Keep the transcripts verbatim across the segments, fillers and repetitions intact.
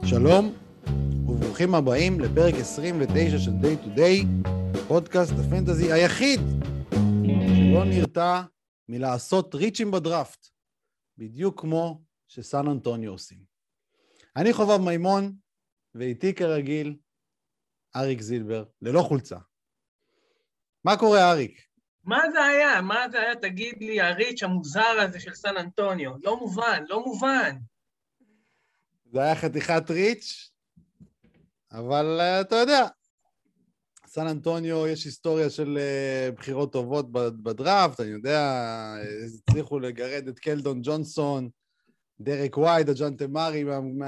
שלום וברוכים הבאים לפרק עשרים ותשע של Day to Day, פודקאסט הפנטזי היחיד שלא נרתע מלעשות ריצ'ים בדראפט, בדיוק כמו שסן אנטוניו עושים. אני חובב מימון, ואיתי כרגיל אריק זילבר, ללא חולצה. מה קורה, אריק? מה זה היה? מה זה היה? תגיד לי, הריץ' המוזר הזה של סן אנטוניו. לא מובן, לא מובן. זה היה חתיכת ריץ', אבל uh, אתה יודע, סן אנטוניו יש היסטוריה של uh, בחירות טובות בדראפט, אני יודע, הצליחו לגרד את קלדון ג'ונסון, דרק ווייד, אג'אנטה מארי,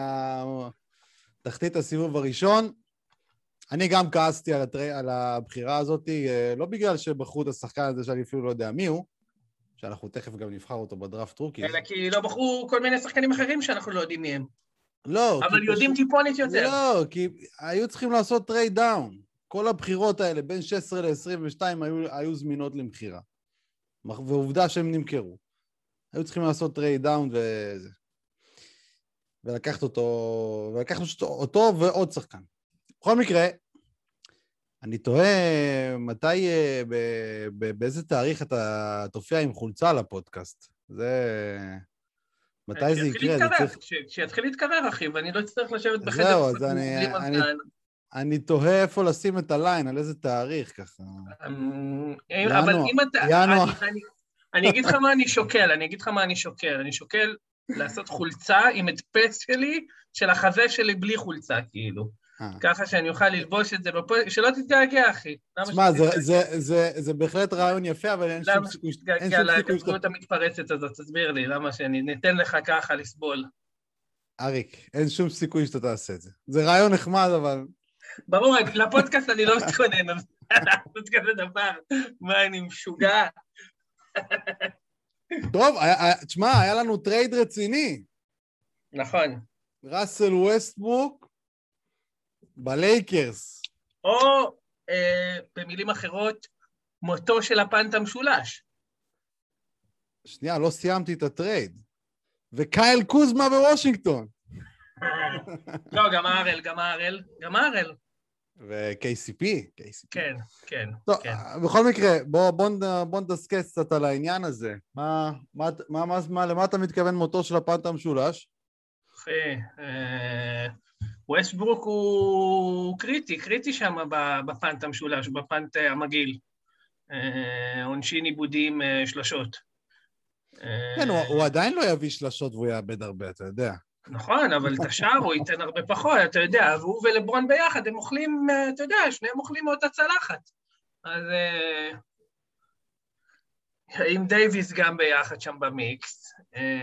מהתחתית הסיבוב הראשון. אני גם כעסתי על, הטרי, על הבחירה הזאת, uh, לא בגלל שבחרו את השחקן הזה שאני אפילו לא יודע מי הוא, שאנחנו תכף גם נבחר אותו בדראפט רוקיז. אלא כי לא בחרו כל מיני שחקנים אחרים שאנחנו לא יודעים מי הם. לא, אבל יודעים פשוט... טיפונת יותר. לא, כי היו צריכים לעשות טרייד דאון. כל הבחירות האלה, בין שש עשרה ל-עשרים ושתיים, היו, היו זמינות למחירה. ועובדה שהם נמכרו. היו צריכים לעשות טרייד דאון וזה. ולקחת אותו, ולקחת אותו, אותו ועוד שחקן. בכל מקרה, אני תוהה מתי, ב, ב, באיזה תאריך אתה תופיע עם חולצה לפודקאסט. זה... מתי זה יקרה? שיתחיל להתקרר, אחי, ואני לא אצטרך לשבת בחדר. זהו, אז אני תוהה איפה לשים את הליין, על איזה תאריך ככה. אבל אם אתה... אני אגיד לך מה אני שוקל, אני אגיד לך מה אני שוקל. אני שוקל לעשות חולצה עם הדפס שלי, של החזה שלי בלי חולצה, כאילו. ככה שאני אוכל ללבוש את זה, שלא תתגעגע, אחי. תשמע, זה בהחלט רעיון יפה, אבל אין שום סיכוי... למה שתתגעגע להתגעגעות המתפרצת הזאת? תסביר לי, למה שאני ניתן לך ככה לסבול? אריק, אין שום סיכוי שאתה תעשה את זה. זה רעיון נחמד, אבל... ברור, לפודקאסט אני לא מתכונן, אז זה כזה דבר, מה, אני משוגע? טוב, תשמע, היה לנו טרייד רציני. נכון. ראסל ווסטברוק, בלייקרס. או, אה, במילים אחרות, מותו של הפנט המשולש. שנייה, לא סיימתי את הטרייד. וקייל קוזמה בוושינגטון. לא, גם ארל, גם ארל, גם ארל. ו-קיי סי פי. כן, כן. טוב, כן. בכל מקרה, בוא, בוא, בוא נדסקס קצת על העניין הזה. מה, מה, מה, מה, מה, למה אתה מתכוון מותו של הפנט המשולש? אחי, אה... ווסטברוק הוא קריטי, קריטי שם בפנט המשולש, בפנט המגיל. עונשין עיבודים שלשות. כן, הוא עדיין לא יביא שלשות והוא יאבד הרבה, אתה יודע. נכון, אבל את השאר הוא ייתן הרבה פחות, אתה יודע, והוא ולברון ביחד, הם אוכלים, אתה יודע, שניהם אוכלים מאותה צלחת. אז עם דייביס גם ביחד שם במיקס.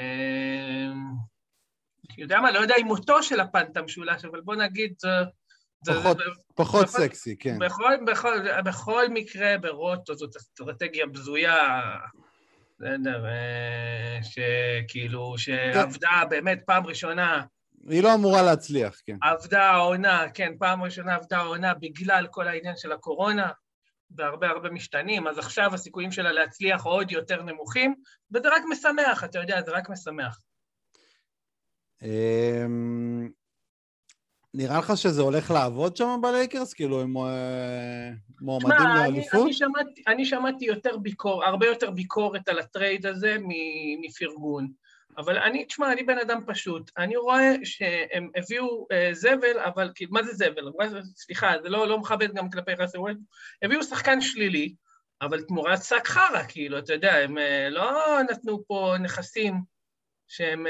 יודע מה, לא יודע אם מותו של הפנט המשולש, אבל בוא נגיד, פחות סקסי, כן. בכל מקרה, ברוטו, זאת אסטרטגיה בזויה, בסדר, שכאילו, שעבדה באמת פעם ראשונה. היא לא אמורה להצליח, כן. עבדה העונה, כן, פעם ראשונה עבדה העונה, בגלל כל העניין של הקורונה, והרבה הרבה משתנים, אז עכשיו הסיכויים שלה להצליח עוד יותר נמוכים, וזה רק משמח, אתה יודע, זה רק משמח. נראה לך שזה הולך לעבוד שם בלייקרס? כאילו הם מועמדים לאליפות? אני שמעתי יותר ביקור, הרבה יותר ביקורת על הטרייד הזה מפרגון. אבל אני, תשמע, אני בן אדם פשוט. אני רואה שהם הביאו זבל, אבל מה זה זבל? סליחה, זה לא מכבד גם כלפי ראסל ווסטברוק. הביאו שחקן שלילי, אבל תמורת שק חרא, כאילו, אתה יודע, הם לא נתנו פה נכסים שהם,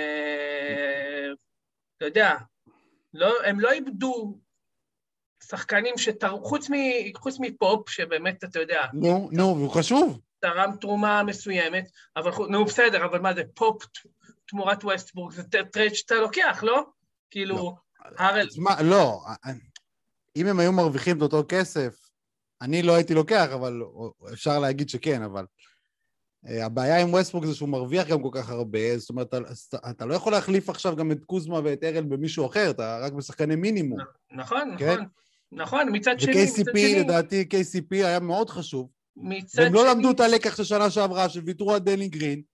אתה יודע, לא, הם לא איבדו שחקנים שתר... חוץ, מ... חוץ מפופ, שבאמת, אתה יודע... נו, נו, הוא חשוב. תרם תרומה מסוימת, אבל נו, בסדר, אבל מה זה, פופ תמורת ווסטברוק, זה טרייד שאתה לוקח, לא? כאילו, לא. הרל... מה, לא, אם הם היו מרוויחים את אותו כסף, אני לא הייתי לוקח, אבל אפשר להגיד שכן, אבל... הבעיה עם ווסטברוק זה שהוא מרוויח גם כל כך הרבה, זאת אומרת, אתה, אתה לא יכול להחליף עכשיו גם את קוזמה ואת ארל במישהו אחר, אתה רק בשחקני מינימום. נכון, כן? נכון, נכון, מצד שני, ו-קיי סי פי, לדעתי, קיי סי פי היה מאוד חשוב. מצד והם שני... לא למדו את הלקח של שנה שעברה, שוויתרו על דני גרין,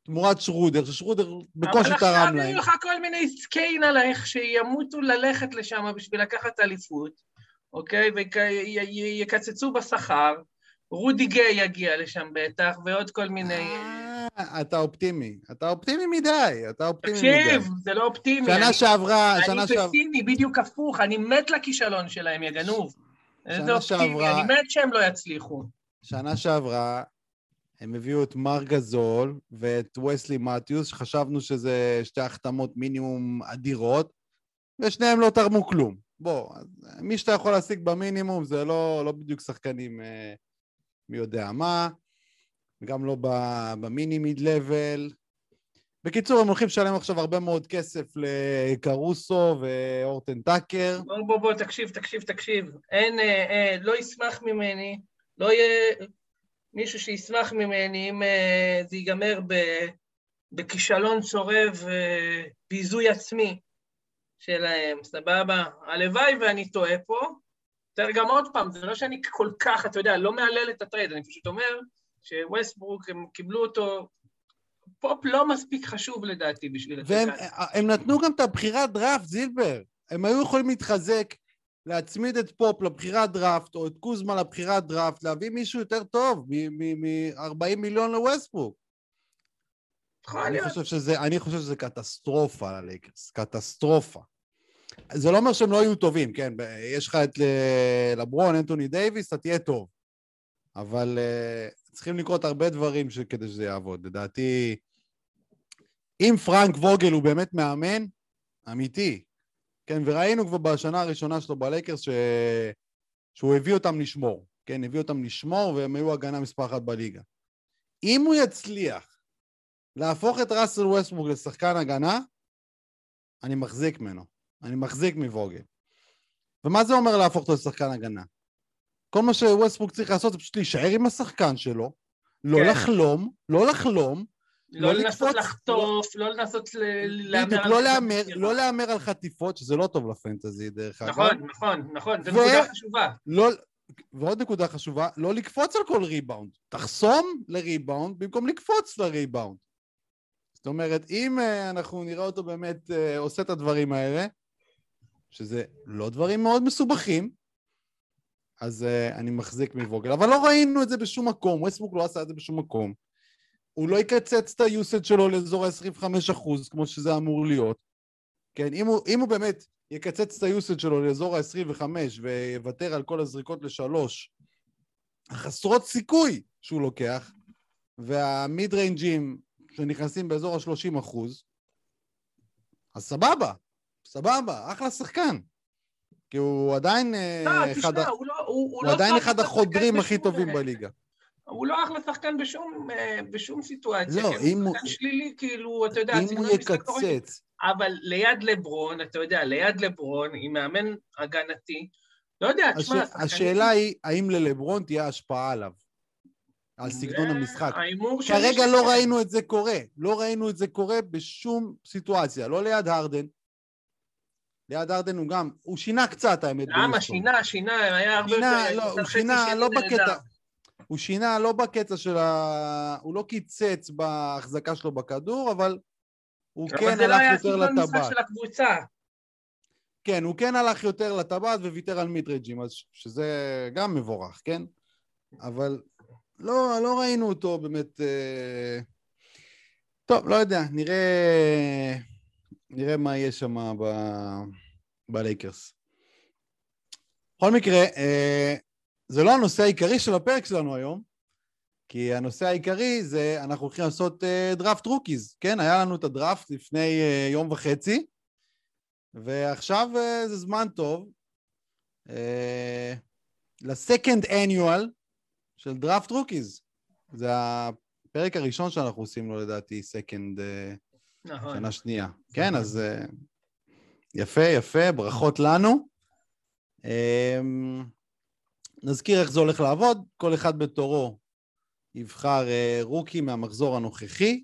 תמורת שרודר, ששרודר בקושי תרם להם. אבל עכשיו יהיו לך כל מיני סקיין עלייך שימותו ללכת לשם בשביל לקחת אליפות, אוקיי? ויקצצו בשכר, רודי גיי יגיע לשם בטח, ועוד כל מיני... אתה אופטימי, אתה אופטימי מדי, אתה אופטימי מדי. תקשיב, זה לא אופטימי. שנה שעברה, שנה שעברה... אני פסימי, בדיוק הפוך, אני מת לכישלון שלהם, יא גנוב. זה אופטימי, אני מת שהם לא יצליחו. שנה שעברה, הם הביאו את מר גזול ואת וסלי מתיוס, שחשבנו שזה שתי החתמות מינימום אדירות, ושניהם לא תרמו כלום. בוא, מי שאתה יכול להשיג במינימום, זה לא, לא בדיוק שחקנים אה, מי יודע מה, גם לא במיני מיד לבל. בקיצור, הם הולכים לשלם עכשיו הרבה מאוד כסף לקרוסו ואורטן טאקר. בוא, בוא, בוא, תקשיב, תקשיב, תקשיב. אין, אה, אה, לא ישמח ממני, לא יהיה מישהו שישמח ממני אם אה, זה ייגמר ב, בכישלון צורב, אה, ביזוי עצמי שלהם, סבבה? הלוואי ואני טועה פה. גם עוד פעם, זה לא שאני כל כך, אתה יודע, לא מעלל את הטרייד, אני פשוט אומר שווסטברוק, הם קיבלו אותו, פופ לא מספיק חשוב לדעתי בשביל את זה. והם נתנו גם את הבחירת דראפט, זילבר. הם היו יכולים להתחזק, להצמיד את פופ לבחירת דראפט, או את קוזמה לבחירת דראפט, להביא מישהו יותר טוב, מ-ארבעים מיליון לווסטברוק. אני חושב שזה, אני חושב שזה קטסטרופה ללייקרס, קטסטרופה. זה לא אומר שהם לא יהיו טובים, כן? יש לך את לברון, אנטוני דייביס, אתה תהיה טוב. אבל uh, צריכים לקרות הרבה דברים כדי שזה יעבוד. לדעתי, אם פרנק ווגל הוא באמת מאמן, אמיתי, כן? וראינו כבר בשנה הראשונה שלו בלייקרס ש... שהוא הביא אותם לשמור, כן? הביא אותם לשמור והם היו הגנה מספר אחת בליגה. אם הוא יצליח להפוך את ראסל ווסטברוק לשחקן הגנה, אני מחזיק ממנו. אני מחזיק מווגל. ומה זה אומר להפוך אותו לשחקן הגנה? כל מה שווסטברוק צריך לעשות זה פשוט להישאר עם השחקן שלו, לא כן. לחלום, לא לחלום, לא, לא לנסות לקפוץ, לחטוף, לא, לא לנסות להמר על... לא להמר, לא להמר על חטיפות, שזה לא טוב לפנטזי דרך אגב. נכון, נכון, נכון, זו נקודה חשובה. לא, ועוד נקודה חשובה, לא לקפוץ על כל ריבאונד. תחסום לריבאונד במקום לקפוץ לריבאונד. זאת אומרת, אם אנחנו נראה אותו באמת עושה את הדברים האלה, שזה לא דברים מאוד מסובכים, אז uh, אני מחזיק מווגל. אבל לא ראינו את זה בשום מקום, ווסטברוק לא עשה את זה בשום מקום. הוא לא יקצץ את היוסד שלו לאזור ה-עשרים וחמישה אחוז, כמו שזה אמור להיות. כן, אם הוא, אם הוא באמת יקצץ את היוסד שלו לאזור ה-עשרים וחמש, ויוותר על כל הזריקות לשלוש, החסרות סיכוי שהוא לוקח, והמיד ריינג'ים שנכנסים באזור ה-שלושים אחוז, אז סבבה, סבבה, אחלה שחקן. כי הוא עדיין אחד, הוא עדיין אחד החודרים הכי טובים בליגה. הוא לא אחלה שחקן בשום, בשום סיטואציה. לא, אם הוא... שחקן שלילי, כאילו, אתה יודע, אם הוא יקצץ. אבל ליד לברון, אתה יודע, ליד לברון, עם מאמן הגנתי, לא יודע, תשמע... השאלה היא, האם ללברון תהיה השפעה עליו? על סגנון המשחק. כרגע לא ראינו את זה קורה. לא ראינו את זה קורה בשום סיטואציה. לא ליד הרדן. ליד ארדן הוא גם, הוא שינה קצת האמת. למה? שינה, שינה, היה הרבה יותר... הוא שינה לא בקטע, הוא שינה לא בקטע של ה... הוא לא קיצץ בהחזקה שלו בכדור, אבל הוא כן הלך יותר לטבעת. אבל זה לא היה סגנון משחק של הקבוצה. כן, הוא כן הלך יותר לטבעת וויתר על מידרג'ים, אז שזה גם מבורך, כן? אבל לא, לא ראינו אותו באמת... טוב, לא יודע, נראה... נראה מה יהיה שם ב... בלייקרס. בכל מקרה, זה לא הנושא העיקרי של הפרק שלנו היום, כי הנושא העיקרי זה, אנחנו הולכים לעשות דראפט רוקיז, כן? היה לנו את הדראפט לפני יום וחצי, ועכשיו זה זמן טוב לסקנד אניואל של דראפט רוקיז. זה הפרק הראשון שאנחנו עושים לו לדעתי סקנד שנה שנייה. כן, אז יפה, יפה, ברכות לנו. נזכיר איך זה הולך לעבוד, כל אחד בתורו יבחר רוקי מהמחזור הנוכחי,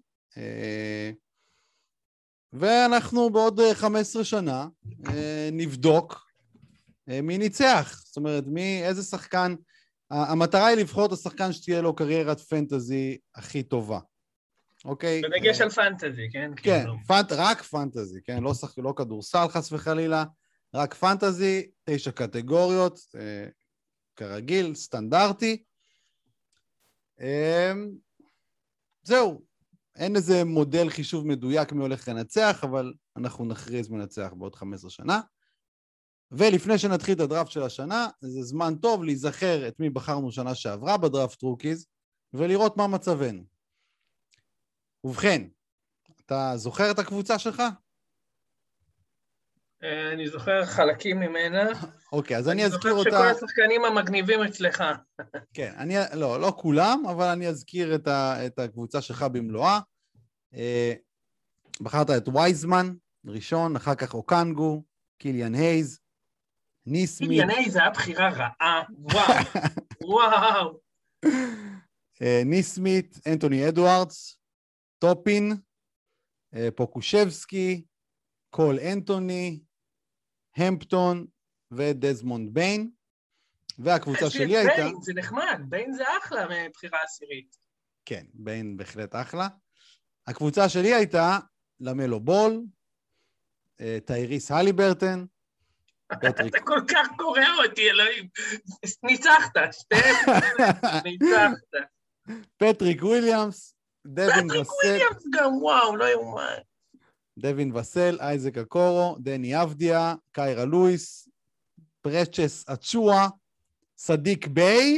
ואנחנו בעוד חמש עשרה שנה נבדוק מי ניצח, זאת אומרת, מי, איזה שחקן, המטרה היא לבחור את השחקן שתהיה לו קריירת פנטזי הכי טובה. אוקיי? בדגש על פנטזי, כן? כן, פנט, רק פנטזי, כן? לא, שח, לא כדורסל חס וחלילה, רק פנטזי, תשע קטגוריות, אה, כרגיל, סטנדרטי. אה, זהו, אין איזה מודל חישוב מדויק מי הולך לנצח, אבל אנחנו נכריז מנצח בעוד חמש עשרה שנה. ולפני שנתחיל את הדראפט של השנה, זה זמן טוב להיזכר את מי בחרנו שנה שעברה בדראפט רוקיז, ולראות מה מצבנו. ובכן, אתה זוכר את הקבוצה שלך? אני זוכר חלקים ממנה. אוקיי, אז אני אזכיר אותה... אני זוכר שכל השחקנים המגניבים אצלך. כן, אני... לא, לא כולם, אבל אני אזכיר את, ה... את הקבוצה שלך במלואה. בחרת את וייזמן, ראשון, אחר כך אוקנגו, קיליאן הייז, ניסמית. קיליאן הייז זה היה בחירה רעה, וואו, וואו. ניסמית, אנטוני אדוארדס, טופין, פוקושבסקי, קול אנטוני, המפטון ודזמונד ביין, והקבוצה שלי הייתה... ביין, זה נחמד, ביין זה אחלה מבחירה עשירית. כן, ביין בהחלט אחלה. הקבוצה שלי הייתה למלו בול, טייריס הליברטון, אתה כל כך קורא אותי, אלוהים. ניצחת, שתי ניצחת. פטריק וויליאמס, דווין וסל. פטריק וויליאמס גם, וואו, לא יאומן. דווין וסל, אייזק הקורו, דני אבדיה, קיירה לואיס, פרצ'ס אצ'ואה, סדיק ביי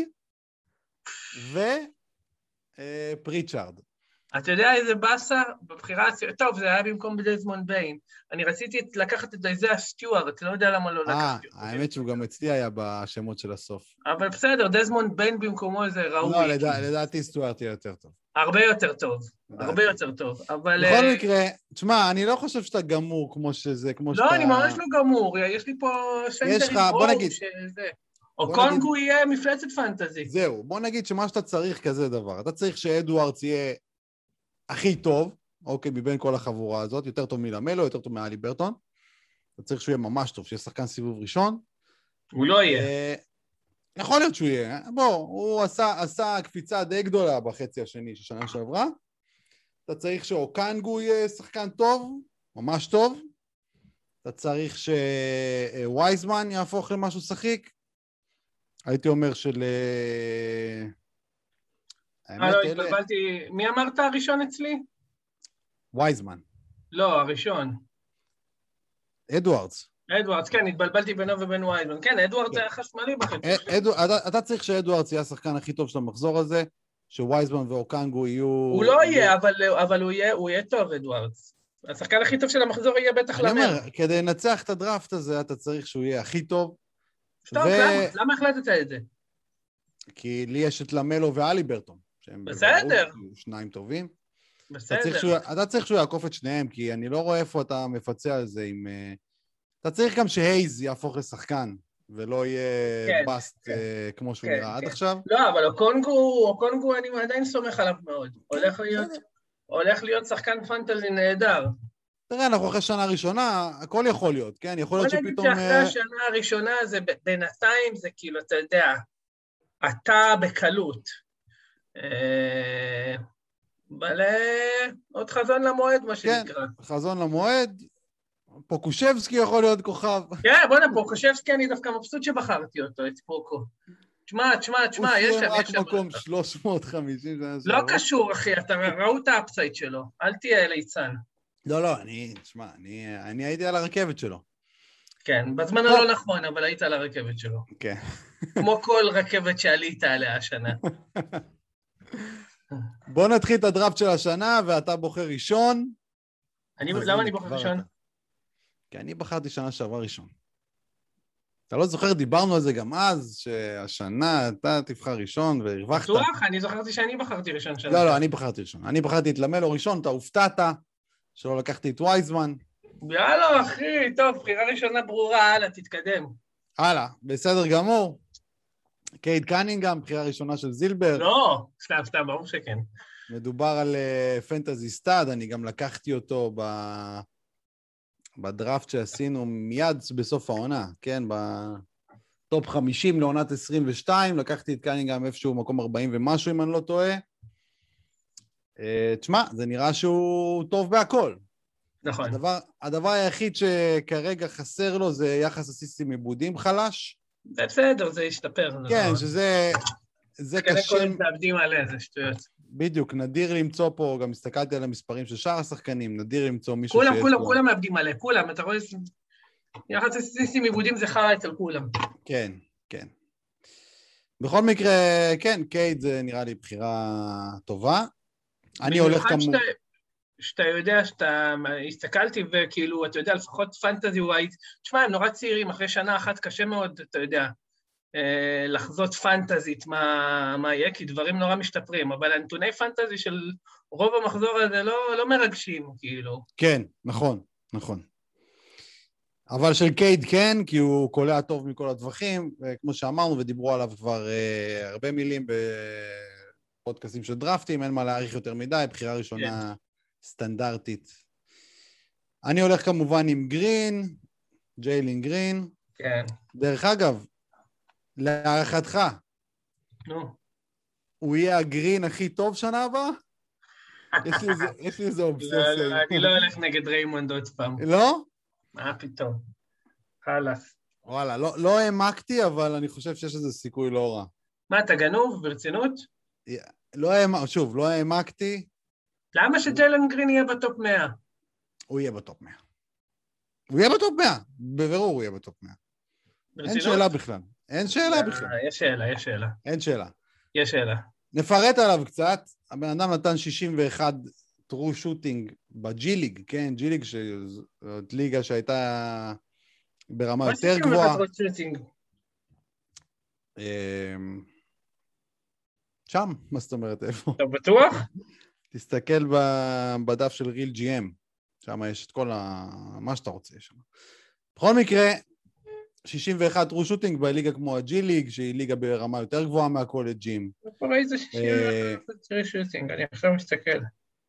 ופריצ'ארד. אתה יודע איזה בסה? בבחירה, טוב, זה היה במקום בדזמונד ביין. אני רציתי לקחת את איזיה סטיוארט, לא יודע למה לא לקחתי אותו. האמת שהוא גם אצלי היה בשמות של הסוף. אבל בסדר, דזמונד ביין במקומו זה ראוי. לא, לדעתי סטיוארט יהיה יותר טוב. הרבה יותר טוב, הרבה יותר טוב, אבל... בכל מקרה, תשמע, אני לא חושב שאתה גמור כמו שזה, כמו שאתה... לא, אני ממש לא גמור, יש לי פה סנטר עם אור שזה... או קונגו יהיה מפלצת פנטזי. זהו, בוא נגיד שמה שאתה צריך כזה דבר, אתה צריך שאדוארדס יהיה הכי טוב, אוקיי, מבין כל החבורה הזאת, יותר טוב מלמלו, יותר טוב מאלי ברטון, אתה צריך שהוא יהיה ממש טוב, שיהיה שחקן סיבוב ראשון. הוא לא יהיה. יכול להיות שהוא יהיה, בוא, הוא עשה, עשה קפיצה די גדולה בחצי השני של שנה שעברה, אתה צריך שאוקנגו יהיה שחקן טוב, ממש טוב, אתה צריך שווייזמן יהפוך למשהו שחיק, הייתי אומר של... אה, לא, התבלבלתי, מי אמרת הראשון אצלי? וייזמן. לא, הראשון. אדוארדס. אדוארדס, כן, התבלבלתי בינו ובין וייזמן. כן, אדוארדס היה חשמלי בחצי. אתה צריך שאדוארדס יהיה השחקן הכי טוב של המחזור הזה, שווייזמן ואוקנגו יהיו... הוא לא יהיה, אבל הוא יהיה טוב, אדוארדס. השחקן הכי טוב של המחזור יהיה בטח למר. אני אומר, כדי לנצח את הדראפט הזה, אתה צריך שהוא יהיה הכי טוב. טוב, למה? למה החלטת את זה? כי לי יש את למלו ואלי ברטון. בסדר. שניים טובים. בסדר. אתה צריך שהוא יעקוף את שניהם, כי אני לא רואה איפה אתה מפצע על זה עם... אתה צריך גם שהייז יהפוך לשחקן, ולא יהיה בסט כמו שהוא נראה עד עכשיו. לא, אבל אוקונגו אני עדיין סומך עליו מאוד. הולך להיות שחקן פנטזי נהדר. תראה, אנחנו אחרי שנה ראשונה, הכל יכול להיות, כן? יכול להיות שפתאום... בוא נגיד שאחרי השנה הראשונה, זה בינתיים, זה כאילו, אתה יודע, אתה בקלות. אבל עוד חזון למועד, מה שנקרא. כן, חזון למועד. פוקושבסקי יכול להיות כוכב. כן, בוא נה, פוקושבסקי, אני דווקא מבסוט שבחרתי אותו, את פוקו. תשמע, תשמע, תשמע, יש שם... הוא סיים רק מקום שלוש מאות וחמישים. לא קשור, אחי, אתה ראו את האפסייט שלו. אל תהיה ליצן. לא, לא, אני, תשמע, אני הייתי על הרכבת שלו. כן, בזמן הלא נכון, אבל היית על הרכבת שלו. כן. כמו כל רכבת שעלית עליה השנה. בוא נתחיל את הדראפט של השנה, ואתה בוחר ראשון. למה אני בוחר ראשון? כי אני בחרתי שנה שעברה ראשון. אתה לא זוכר, דיברנו על זה גם אז, שהשנה אתה תבחר ראשון והרווחת. בטוח? אני זוכרתי שאני בחרתי ראשון שנה. לא, לא, אני בחרתי ראשון. אני בחרתי את למלו ראשון, אתה הופתעת, שלא לקחתי את וייזמן. יאללה, אחי, טוב, בחירה ראשונה ברורה, הלאה, תתקדם. הלאה, בסדר גמור. קייד קנינגהאם, בחירה ראשונה של זילבר. לא, סתם, סתם, ברור שכן. מדובר על פנטזי סטאד, אני גם לקחתי אותו ב... בדראפט שעשינו מיד בסוף העונה, כן? בטופ חמישים לעונת עשרים ושתיים, לקחתי את קנינגהאם איפשהו מקום ארבעים ומשהו, אם אני לא טועה. תשמע, זה נראה שהוא טוב בהכל. נכון. הדבר, הדבר היחיד שכרגע חסר לו זה יחס אסיסטים עיבודים חלש. זה בסדר, זה ישתפר. כן, שזה זה קשה. כנראה כל מעבדים עליה, זה שטויות. בדיוק, נדיר למצוא פה, גם הסתכלתי על המספרים של שאר השחקנים, נדיר למצוא מישהו כולם, שיש כולם, לו... כולם מעבדים עליה, כולם, אתה רואה, יחס אסיסטים עיבודים זה חרא אצל כולם. כן, כן. בכל מקרה, כן, קייד זה נראה לי בחירה טובה. אני הולך כמו... שאתה יודע, שאתה הסתכלתי וכאילו, אתה יודע, לפחות פנטזי ווייז, תשמע, הם נורא צעירים, אחרי שנה אחת קשה מאוד, אתה יודע, לחזות פנטזית מה, מה יהיה, כי דברים נורא משתפרים, אבל הנתוני פנטזי של רוב המחזור הזה לא, לא מרגשים, כאילו. כן, נכון, נכון. אבל של קייד כן, כי הוא קולע טוב מכל הטווחים, וכמו שאמרנו ודיברו עליו כבר אה, הרבה מילים בפודקאסים של דרפטים, אין מה להעריך יותר מדי, בחירה ראשונה כן. סטנדרטית. אני הולך כמובן עם גרין, ג'יילין גרין. כן. דרך אגב, להערכתך, נו. הוא יהיה הגרין הכי טוב שנה הבאה? יש לי איזה, יש לי איזה אובססיה. לא, לא, אני לא הולך נגד ריימונד עוד פעם. לא? מה פתאום? חלאס. וואלה, לא, לא העמקתי, אבל אני חושב שיש איזה סיכוי לא רע. מה, אתה גנוב? ברצינות? לא העמקתי, שוב, לא העמקתי. למה שג'יילן גרין יהיה בטופ מאה? הוא יהיה בטופ מאה. הוא יהיה בטופ מאה. בבירור הוא יהיה בטופ מאה. אין שאלה בכלל. אין שאלה בכלל. יש שאלה, יש שאלה. אין שאלה. יש שאלה. נפרט עליו קצת. הבן אדם נתן שישים ואחת טרו שוטינג בג'י ליג, כן? ג'י ליג זאת ליגה שהייתה ברמה יותר גבוהה. מה שישים ואחת טרו שוטינג? שם, מה זאת אומרת, איפה? אתה בטוח? תסתכל בדף של ריל ג'י אם, שם יש את כל ה... מה שאתה רוצה שם. בכל מקרה, שישים ואחת טרו שוטינג בליגה כמו הג'י ליג, שהיא ליגה ברמה יותר גבוהה מהקולג'ים. איפה ראית זה שישים ואחת טרו שוטינג? אני עכשיו מסתכל.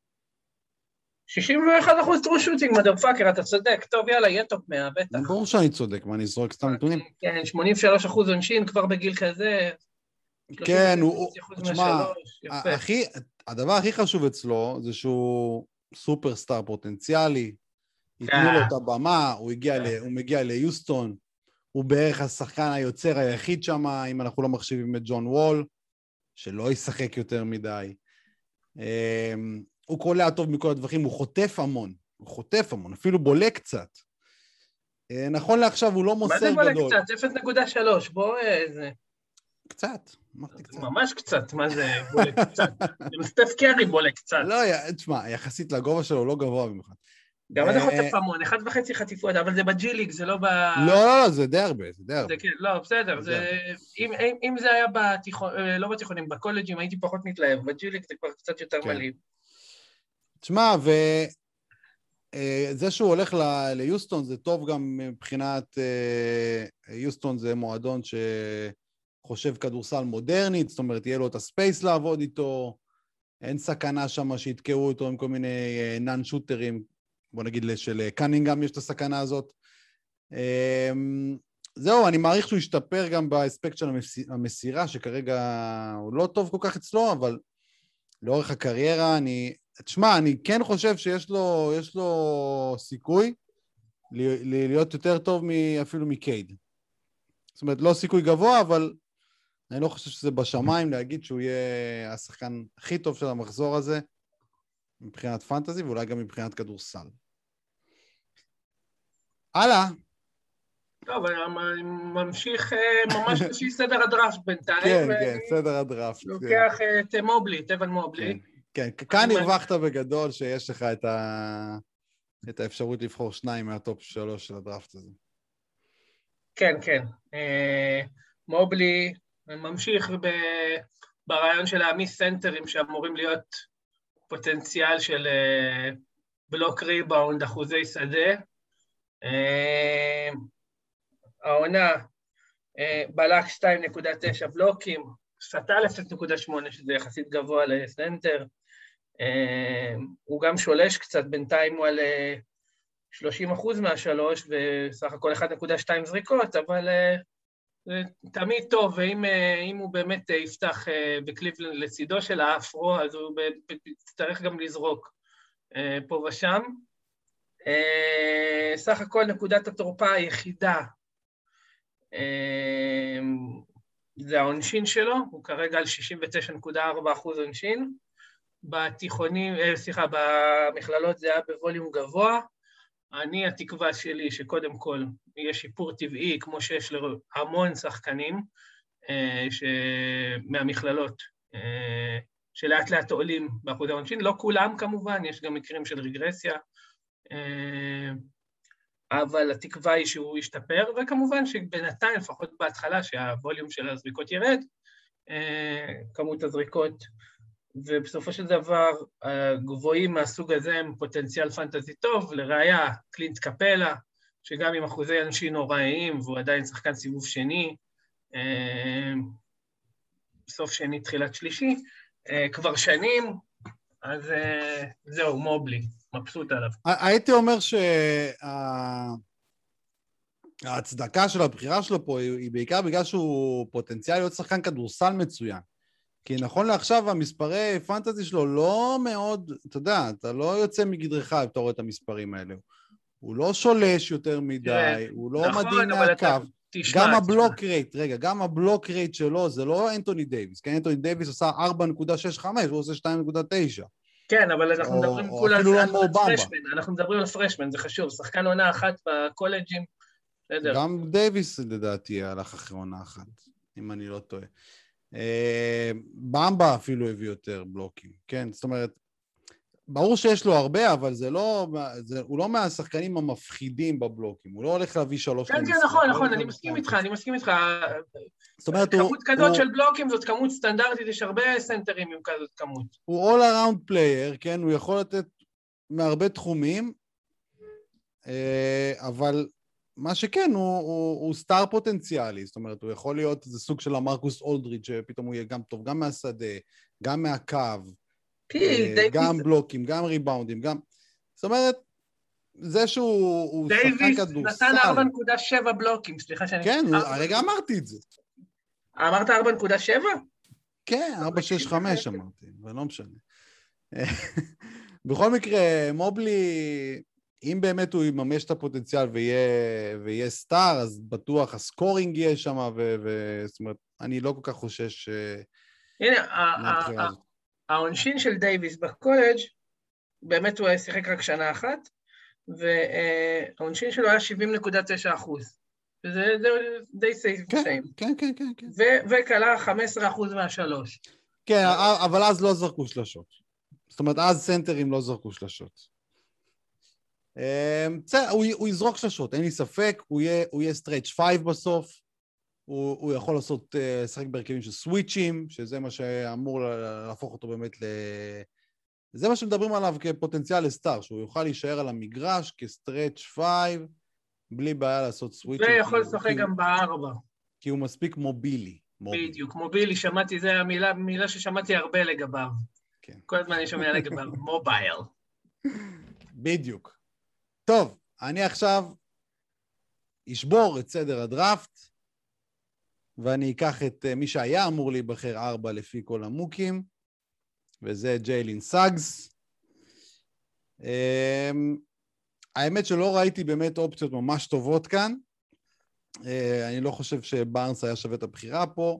שישים ואחת אחוז טרו שוטינג, מדר פאקר, אתה צודק. טוב, יאללה, יהיה טופ מאה, בטח. ברור שאני צודק, מה, אני אזרוק סתם נתונים? כן, שמונים ושלושה אחוז עונשין כבר בגיל כזה. כן, הוא... תשמע, הדבר הכי חשוב אצלו זה שהוא סופרסטאר פוטנציאלי, ייתנו לו את הבמה, הוא מגיע ליוסטון, הוא בערך השחקן היוצר היחיד שם, אם אנחנו לא מחשיבים את ג'ון וול, שלא ישחק יותר מדי. הוא קולע טוב מכל הדברים, הוא חוטף המון, הוא חוטף המון, אפילו בולה קצת. נכון לעכשיו הוא לא מוסר גדול. מה זה בולה קצת? אפס נקודה שלוש, בוא איזה... קצת, אמרתי קצת. ממש קצת, מה זה בולה קצת? זה סטף קרי בולה קצת. לא, תשמע, יחסית לגובה שלו הוא לא גבוה במיוחד. גם אתה חוטף המון, אחד וחצי חטיפות, אבל זה בג'י ליג, זה לא ב... לא, לא, לא, זה די הרבה, זה די הרבה. לא, בסדר, אם זה היה בתיכון, לא בתיכונים, בקולג'ים הייתי פחות מתלהב, בג'י ליג זה כבר קצת יותר מלאים. תשמע, וזה שהוא הולך ליוסטון זה טוב גם מבחינת, יוסטון זה מועדון שחושב כדורסל מודרנית, זאת אומרת, יהיה לו את הספייס לעבוד איתו, אין סכנה שם שיתקעו אותו עם כל מיני נאן שוטרים, בוא נגיד של קנינגהם יש את הסכנה הזאת. זהו, אני מעריך שהוא ישתפר גם באספקט של המסירה, שכרגע הוא לא טוב כל כך אצלו, אבל לאורך הקריירה אני... תשמע, אני כן חושב שיש לו, יש לו סיכוי להיות יותר טוב אפילו מקייד. זאת אומרת, לא סיכוי גבוה, אבל אני לא חושב שזה בשמיים להגיד שהוא יהיה השחקן הכי טוב של המחזור הזה, מבחינת פנטזי, ואולי גם מבחינת כדורסל. הלאה. טוב, אני ממשיך ממש לפי סדר הדראפט בינתיים. כן, כן, סדר הדראפט. לוקח את מובלי, את אבן מובלי. כן, כאן הרווחת בגדול שיש לך את, ה... את האפשרות לבחור שניים מהטופ שלוש של הדראפט הזה. כן, כן. מובלי ממשיך ב... ברעיון של להעמיס סנטרים שאמורים להיות פוטנציאל של בלוק ריבאונד, אחוזי שדה. העונה בלק שתיים נקודה תשע בלוקים, סטל אפס נקודה שמונה, שזה יחסית גבוה לסנטר. הוא גם שולש קצת, בינתיים הוא על שלושים אחוז מהשלוש, וסך הכל אחת נקודה שתיים זריקות, אבל זה תמיד טוב, ואם אם הוא באמת יפתח בקליבלנד לצידו של האפרו, אז הוא יצטרך גם לזרוק פה ושם. סך הכל נקודת התורפה היחידה, זה העונשין שלו, הוא כרגע על שישים ותשע נקודה ארבע אחוז עונשין. בתיכונים, סליחה, במכללות זה היה בווליום גבוה. אני, התקווה שלי שקודם כל יהיה שיפור טבעי, כמו שיש להמון שחקנים מהמכללות, שלאט לאט עולים באחוז העונשין, לא כולם כמובן, יש גם מקרים של רגרסיה, אבל התקווה היא שהוא ישתפר, וכמובן שבינתיים, לפחות בהתחלה, שהווליום של הזריקות ירד, כמות הזריקות, ובסופו של דבר, הגבוהים מהסוג הזה הם פוטנציאל פנטזי טוב, לראיה, קלינט קפלה, שגם עם אחוזי אנשים נוראיים, והוא עדיין שחקן סיבוב שני, סוף שני, תחילת שלישי, כבר שנים, אז זהו, מובלי, מבסוט עליו. הייתי אומר שההצדקה של הבחירה שלו פה היא בעיקר בגלל שהוא פוטנציאל להיות שחקן כדורסל מצוין. כי נכון לעכשיו המספרי פנטזי שלו לא מאוד, אתה יודע, אתה לא יוצא מגדרך אם אתה רואה את המספרים האלה. הוא לא שולש יותר מדי, הוא לא מדהים מהקו. גם הבלוק רייט, רגע, גם הבלוק רייט שלו זה לא אנטוני דייביס, כי אנטוני דייביס עושה ארבע נקודה שש חמש, הוא עושה שתיים נקודה תשע. כן, אבל אנחנו מדברים כולה על פרשמן, אנחנו מדברים על פרשמן, זה חשוב, שחקן עונה אחת בקולג'ים, בסדר. גם דייביס לדעתי הלך אחרי עונה אחת, אם אני לא טועה. במבה אפילו הביא יותר בלוקים, כן? זאת אומרת, ברור שיש לו הרבה, אבל זה לא, זה, הוא לא מהשחקנים המפחידים בבלוקים, הוא לא הולך להביא שלוש... כן, כן, נכון, נכון, אני מסכים איתך, אני מסכים איתך. זאת אומרת, כמות כזאת של בלוקים זאת כמות סטנדרטית, יש הרבה סנטרים עם כזאת כמות. הוא all around player, כן? הוא יכול לתת מהרבה תחומים, אבל מה שכן, הוא, הוא, הוא סטאר פוטנציאלי, זאת אומרת, הוא יכול להיות, זה סוג של המרקוס אולדריץ' שפתאום הוא יהיה גם טוב, גם מהשדה, גם מהקו, גם בלוקים, גם ריבאונדים, גם... זאת אומרת, זה שהוא שחקן כדורסל... דייביס נתן ארבע נקודה שבע בלוקים, סליחה שאני... כן, הרגע אמרתי את זה. אמרת ארבע נקודה שבע? כן, ארבע נקודה שש חמש אמרתי, אבל לא משנה. בכל מקרה, מובלי, אם באמת הוא יממש את הפוטנציאל ויהיה, ויהיה סטאר, אז בטוח הסקורינג יהיה שם, וזאת אומרת, אני לא כל כך חושש... הנה, העונשין של דייביס בקולג' באמת הוא שיחק רק שנה אחת, והעונשין שלו היה שבעים נקודה תשע אחוז. וזה די סייף סיים. כן, כן, כן, כן. וקלה חמישה עשר אחוז מהשלוש. כן, אבל אז לא זרקו שלשות. זאת אומרת, אז סנטרים לא זרקו שלשות. הוא יזרוק שלשות, אין לי ספק, הוא יהיה סטרץ' פייב בסוף, הוא יכול לעשות, לשחק בהרכבים של סוויצ'ים, שזה מה שאמור להפוך אותו באמת ל... זה מה שמדברים עליו כפוטנציאל לסטאר, שהוא יוכל להישאר על המגרש כסטרץ' פייב, בלי בעיה לעשות סוויצ'ים. ויכול לשחק גם בארבע. כי הוא מספיק מובילי. בדיוק, מובילי, שמעתי, זה המילה ששמעתי הרבה לגביו. כל הזמן אני שומע לגביו, מובייל. בדיוק. טוב, אני עכשיו אשבור את סדר הדראפט, ואני אקח את מי שהיה אמור להיבחר ארבע לפי כל המוקים, וזה ג'יילין סאגס. האמת שלא ראיתי באמת אופציות ממש טובות כאן, אני לא חושב שבארנס היה שווה את הבחירה פה.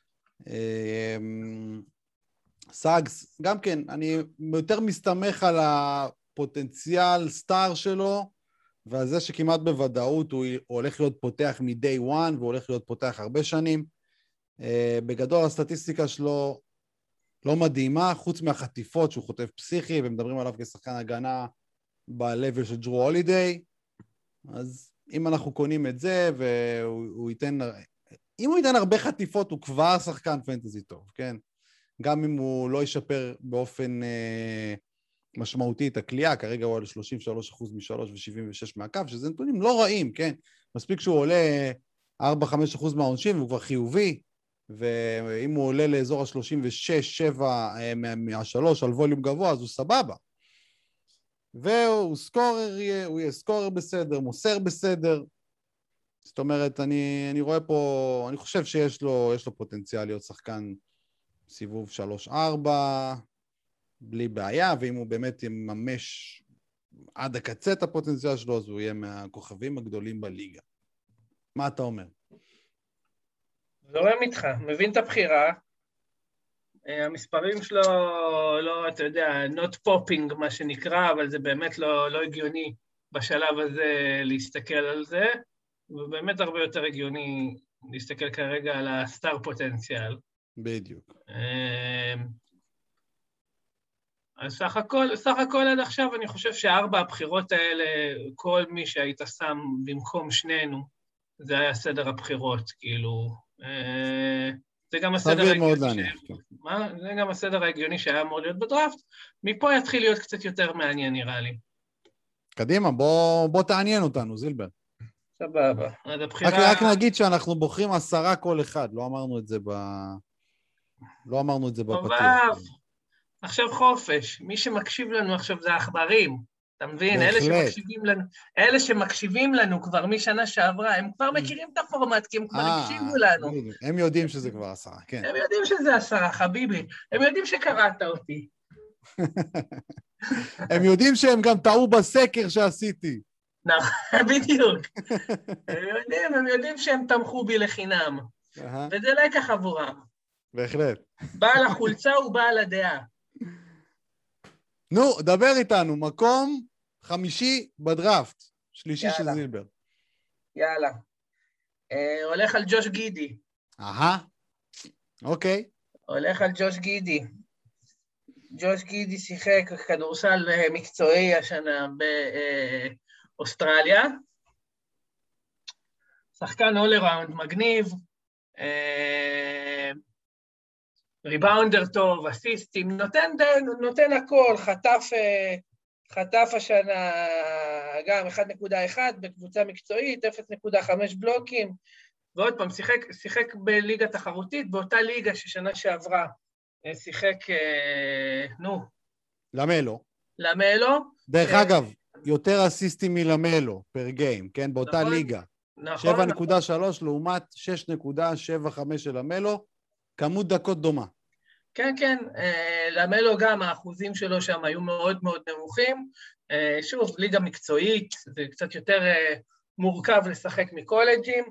סאגס, גם כן, אני יותר מסתמך על הפוטנציאל סטאר שלו, ועל זה שכמעט בוודאות הוא הולך להיות פותח מ-day one, והוא הולך להיות פותח הרבה שנים. בגדול הסטטיסטיקה שלו לא מדהימה, חוץ מהחטיפות שהוא חוטף פסיכי, ומדברים עליו כשחקן הגנה ב-level של ג'רו הולידיי. אז אם אנחנו קונים את זה, והוא ייתן... אם הוא ייתן הרבה חטיפות, הוא כבר שחקן פנטזי טוב, כן? גם אם הוא לא ישפר באופן אה, משמעותי את הקליעה, כרגע הוא על שלושים ושלושה אחוז משלוש ו-שבעים ושש מהקו, שזה נתונים לא רעים, כן? מספיק שהוא עולה ארבע עד חמש אחוז מהעונשין, והוא כבר חיובי, ואם הוא עולה לאזור ה-שלושים ושש שבע מהשלוש על ווליום גבוה, אז הוא סבבה. והוא סקורר, הוא יהיה סקורר בסדר, מוסר בסדר, זאת אומרת, אני, אני רואה פה, אני חושב שיש לו, יש לו פוטנציאל להיות שחקן סיבוב שלוש ארבע, בלי בעיה, ואם הוא באמת יממש עד הקצה את הפוטנציאל שלו, אז הוא יהיה מהכוכבים הגדולים בליגה. מה אתה אומר? זורם איתך, מבין את הבחירה. המספרים שלו, לא, אתה יודע, not popping, מה שנקרא, אבל זה באמת לא, לא הגיוני בשלב הזה להסתכל על זה, ובאמת הרבה יותר הגיוני להסתכל כרגע על הסטאר פוטנציאל. בדיוק. אז סך הכל, סך הכל עד עכשיו אני חושב שארבע הבחירות האלה, כל מי שהיית שם במקום שנינו, זה היה סדר הבחירות, כאילו. זה גם הסדר ההגיוני, מה? זה גם הסדר ההגיוני שהיה אמור להיות בדראפט. מפה יתחיל להיות קצת יותר מעניין, נראה לי. קדימה, בוא, בוא תעניין אותנו, זילבר. סבבה. עד הבחירה... רק, רק נגיד שאנחנו בוחרים עשרה כל אחד, לא אמרנו את זה ב... לא אמרנו את זה בפתיח. עכשיו חופש, מי שמקשיב לנו עכשיו זה העכברים, אתה מבין? אלה שמקשיבים לנו, אלה שמקשיבים לנו כבר משנה שעברה, הם כבר מכירים את הפורמט, כי הם כבר הקשיבו לנו. הם יודעים שזה כבר עשרה, כן. הם יודעים שזה עשרה, חביבי. הם יודעים שקראת אותי. הם יודעים שהם גם טעו בסקר שעשיתי. נכון, בדיוק. הם יודעים, הם יודעים שהם תמכו בי לחינם. וזה לקח עבורם. בהחלט. בעל החולצה הוא בעל הדעה. נו, דבר איתנו, מקום חמישי בדראפט, שלישי של זילבר. יאללה. אה, הולך על ג'וש גידי. אהה, אוקיי. הולך על ג'וש גידי. ג'וש גידי שיחק כדורסל מקצועי השנה באוסטרליה. שחקן all around מגניב. אה... ריבאונדר טוב, אסיסטים, נותן, נותן הכל, חטף, חטף השנה גם אחת נקודה אחת בקבוצה מקצועית, אפס נקודה חמש בלוקים, ועוד פעם, שיחק, שיחק בליגה תחרותית, באותה ליגה ששנה שעברה, שיחק, נו. למלו. למלו. דרך אגב, יותר אסיסטים מלמלו פר גיים, כן? באותה ליגה. נכון. שבע נקודה שלוש לעומת שש נקודה שבע חמש של למלו, כמות דקות דומה. כן, כן, למלו גם האחוזים שלו שם היו מאוד מאוד נמוכים. שוב, ליגה מקצועית, זה קצת יותר מורכב לשחק מקולג'ים.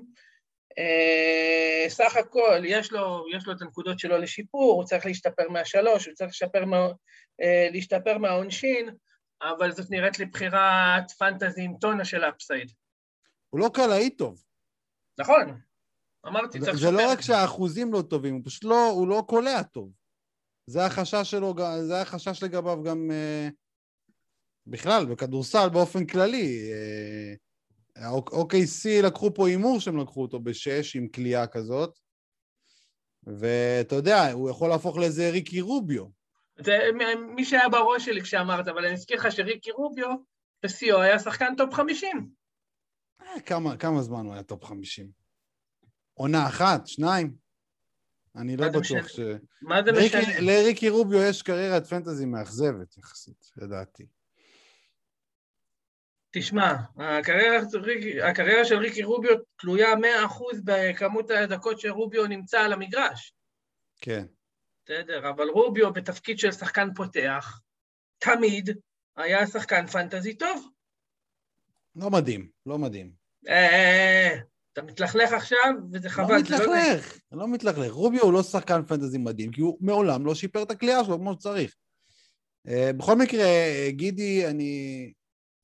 סך הכל, יש לו, יש לו את הנקודות שלו לשיפור, הוא צריך להשתפר מהשלוש, הוא צריך להשתפר, מה, להשתפר מהעונשין, אבל זאת נראית לי בחירת פנטזי עם טונה של אפסייד. הוא לא קלעי טוב. נכון. אמרתי, צריך זה לא רק שהאחוזים לא טובים, הוא פשוט לא, הוא לא קולע טוב. זה החשש שלו, זה החשש לגביו גם בכלל, בכדורסל באופן כללי. אוקיי סי לקחו פה אימור שהם לקחו אותו בשש עם קליעה כזאת, ואתה יודע, הוא יכול להפוך לאיזה ריקי רוביו. זה מי שהיה בראש שלי כשאמרת, אבל אני אזכיר לך שריקי רוביו, בסיו היה שחקן טופ חמישים. כמה, כמה זמן הוא היה טופ חמישים? עונה אחת, שניים? אני לא בטוח ש... מה זה משנה? לריקי רוביו יש קריירת פנטזי מאכזבת יחסית, לדעתי. תשמע, הקריירה של ריקי רוביו תלויה מאה אחוז בכמות הדקות שרוביו נמצא על המגרש. כן. בסדר, אבל רוביו בתפקיד של שחקן פותח, תמיד היה שחקן פנטזי טוב. לא מדהים, לא מדהים. אה, אתה מתלכלך עכשיו, וזה חבל. לא מתלכלך, לא מתלכלך. רוביו הוא לא שחקן פנטזי מדהים, כי הוא מעולם לא שיפר את הקליעה שלו כמו שצריך. בכל מקרה, גידי, אני...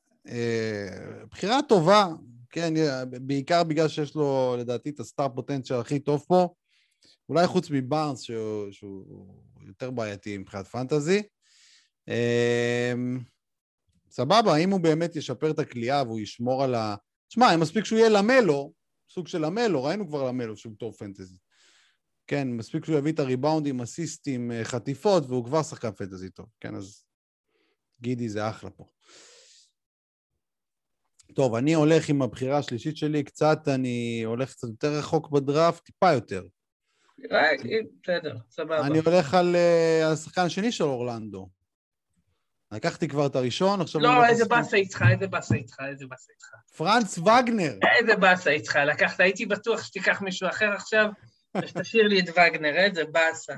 בחירה טובה, כן, בעיקר בגלל שיש לו, לדעתי, את הסטאר פוטנציאל הכי טוב פה, אולי חוץ מבארנס, שהוא, שהוא יותר בעייתי מבחינת פנטזי. סבבה, אם הוא באמת ישפר את הקליעה והוא ישמור על ה... תשמע, אם מספיק שהוא יהיה למלו, סוג של למלו, ראינו כבר למלו שהוא טוב פנטזי. כן, מספיק שהוא יביא את הריבאונדים, אסיסטים, חטיפות, והוא כבר שחקן פנטזי טוב. כן, אז גידי זה אחלה פה. טוב, אני הולך עם הבחירה השלישית שלי, קצת אני הולך קצת יותר רחוק בדראפט, טיפה יותר. בסדר, סבבה. אני הולך על השחקן השני של אורלנדו. לקחתי כבר את הראשון, עכשיו... לא, איזה באסה איתך, איזה באסה איתך, איזה באסה איתך. פרנץ וגנר. איזה באסה איתך, לקחת, הייתי בטוח שתיקח מישהו אחר עכשיו, ושתשאיר לי את וגנר, איזה באסה.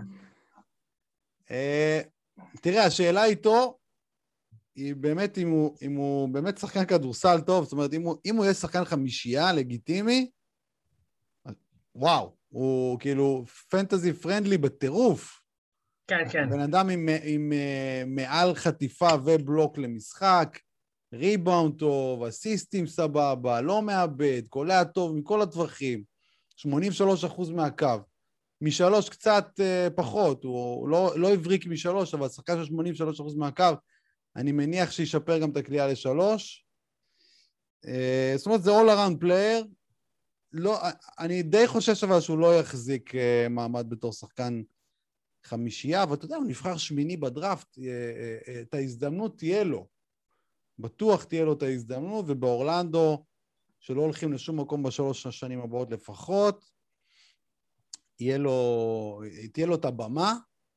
תראה, השאלה איתו, היא באמת, אם הוא, אם הוא באמת שחקן כדורסל טוב, זאת אומרת, אם הוא, אם הוא יהיה שחקן חמישייה, לגיטימי, וואו, הוא כאילו פנטזי פרנדלי בטירוף. כן, כן. בן אדם עם, עם, עם מעל חטיפה ובלוק למשחק, ריבאונד טוב, אסיסטים סבבה, לא מאבד, קולע טוב מכל הטווחים, שמונים ושלושה אחוז מהקו. משלוש קצת uh, פחות, הוא לא, לא הבריק משלוש, אבל שחקן של שמונים ושלושה אחוז מהקו, אני מניח שישפר גם את הקליעה לשלוש. Uh, זאת אומרת, זה all around player. לא, אני די חושש אבל שהוא לא יחזיק uh, מעמד בתור שחקן חמישייה, אבל אתה יודע, הוא נבחר שמיני בדראפט, uh, uh, uh, את ההזדמנות תהיה לו. בטוח תהיה לו את ההזדמנות, ובאורלנדו, שלא הולכים לשום מקום בשלוש השנים הבאות לפחות, יהיה לו, תהיה לו את הבמה,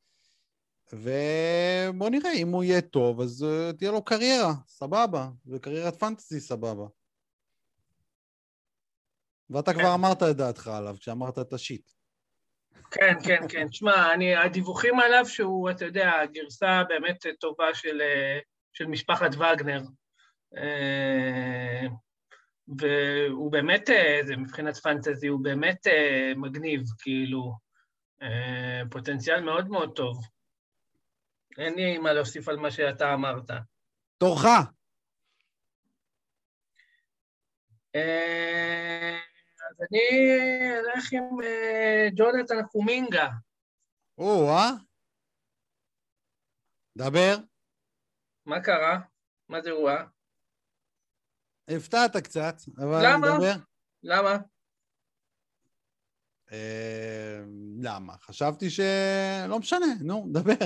ובוא נראה, אם הוא יהיה טוב, אז uh, תהיה לו קריירה, סבבה, וקריירת פנטסי, סבבה. ואתה כבר אמרת את דעתך עליו, כשאמרת את השיט. כן, כן, כן. שמע, אני, הדיווחים עליו שהוא, אתה יודע, הגרסה באמת טובה של, של משפחת וגנר, והוא באמת, זה מבחינת פנטזי, הוא באמת מגניב, כאילו, פוטנציאל מאוד מאוד טוב. אין לי מה להוסיף על מה שאתה אמרת. תורך. אז אני אלך עם ג'ונתן קומינגה. או, אה? דבר. מה קרה? מה זה הוא, אה? הפתעת קצת, אבל למה? דבר. למה? אה, למה? חשבתי ש... לא משנה, נו, דבר.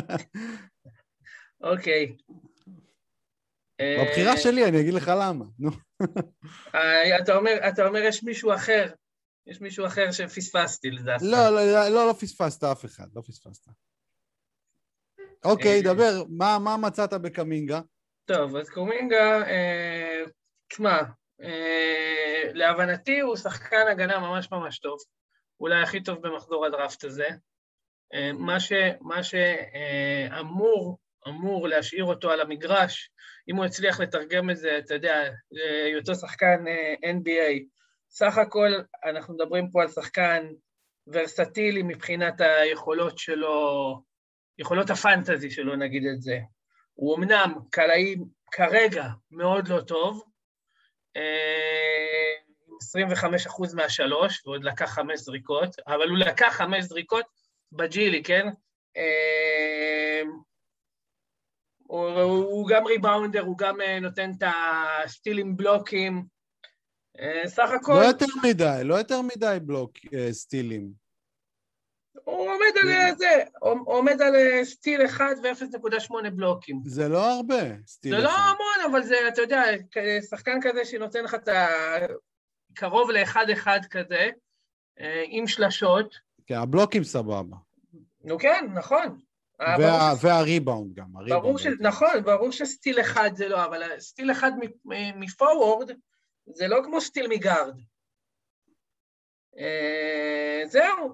אוקיי. בבחירה שלי, אני אגיד לך למה, נו. אתה אומר, אתה אומר, יש מישהו אחר, יש מישהו אחר שפספסתי לדעתך. לא, לא, לא, לא פספסת אף אחד, לא פספסת. אוקיי, דבר, מה, מה מצאת בקמינגה? טוב, אז קומינגה, תשמע, להבנתי הוא שחקן הגנה ממש ממש טוב, אולי הכי טוב במחזור הדראפט הזה. מה ש, מה שאמור, אמור להשאיר אותו על המגרש, אם הוא הצליח לתרגם את זה, אתה יודע, יותר שחקן אן בי איי. סך הכל אנחנו מדברים פה על שחקן ורסטילי מבחינת היכולות שלו, יכולות הפנטזי שלו, נגיד את זה. הוא אמנם קלעי כרגע מאוד לא טוב, עשרים וחמישה אחוז מהשלוש, ועוד לקח חמש זריקות, אבל הוא לקח חמש זריקות בג'ילי, כן? הוא, הוא גם ריבאונדר, הוא גם נותן את הסטילים בלוקים, סך הכל... לא יותר מדי, לא יותר מדי בלוק סטילים. הוא עומד על זה, הוא עומד על סטיל אחד ו-אפס נקודה שמונה בלוקים. זה לא הרבה, סטיל אחד. זה לא המון, אבל זה, אתה יודע, שחקן כזה שנותן לך את ה... קרוב לאחד-אחד כזה, עם שלשות. כן, הבלוקים סבבה. נו כן, נכון. וה, והריבאונד גם. הריבאונד ברור ש... נכון, ברור שסטיל אחד זה לא, אבל סטיל אחד מפורוורד, זה לא כמו סטיל מגארד. זהו.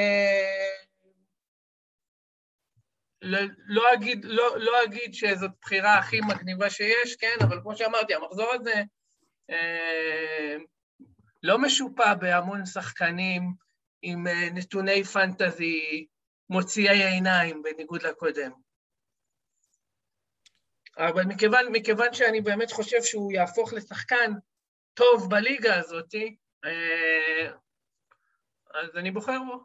לא אגיד, לא, לא אגיד שזאת בחירה הכי מגניבה שיש, כן, אבל כמו שאמרתי, המחזור הזה לא משופע בהמון שחקנים עם נתוני פנטזי מוציאי העיניים בניגוד לקודם. אבל מכיוון, מכיוון שאני באמת חושב שהוא יהפוך לשחקן טוב בליגה הזאת, אז אני בוחר בו.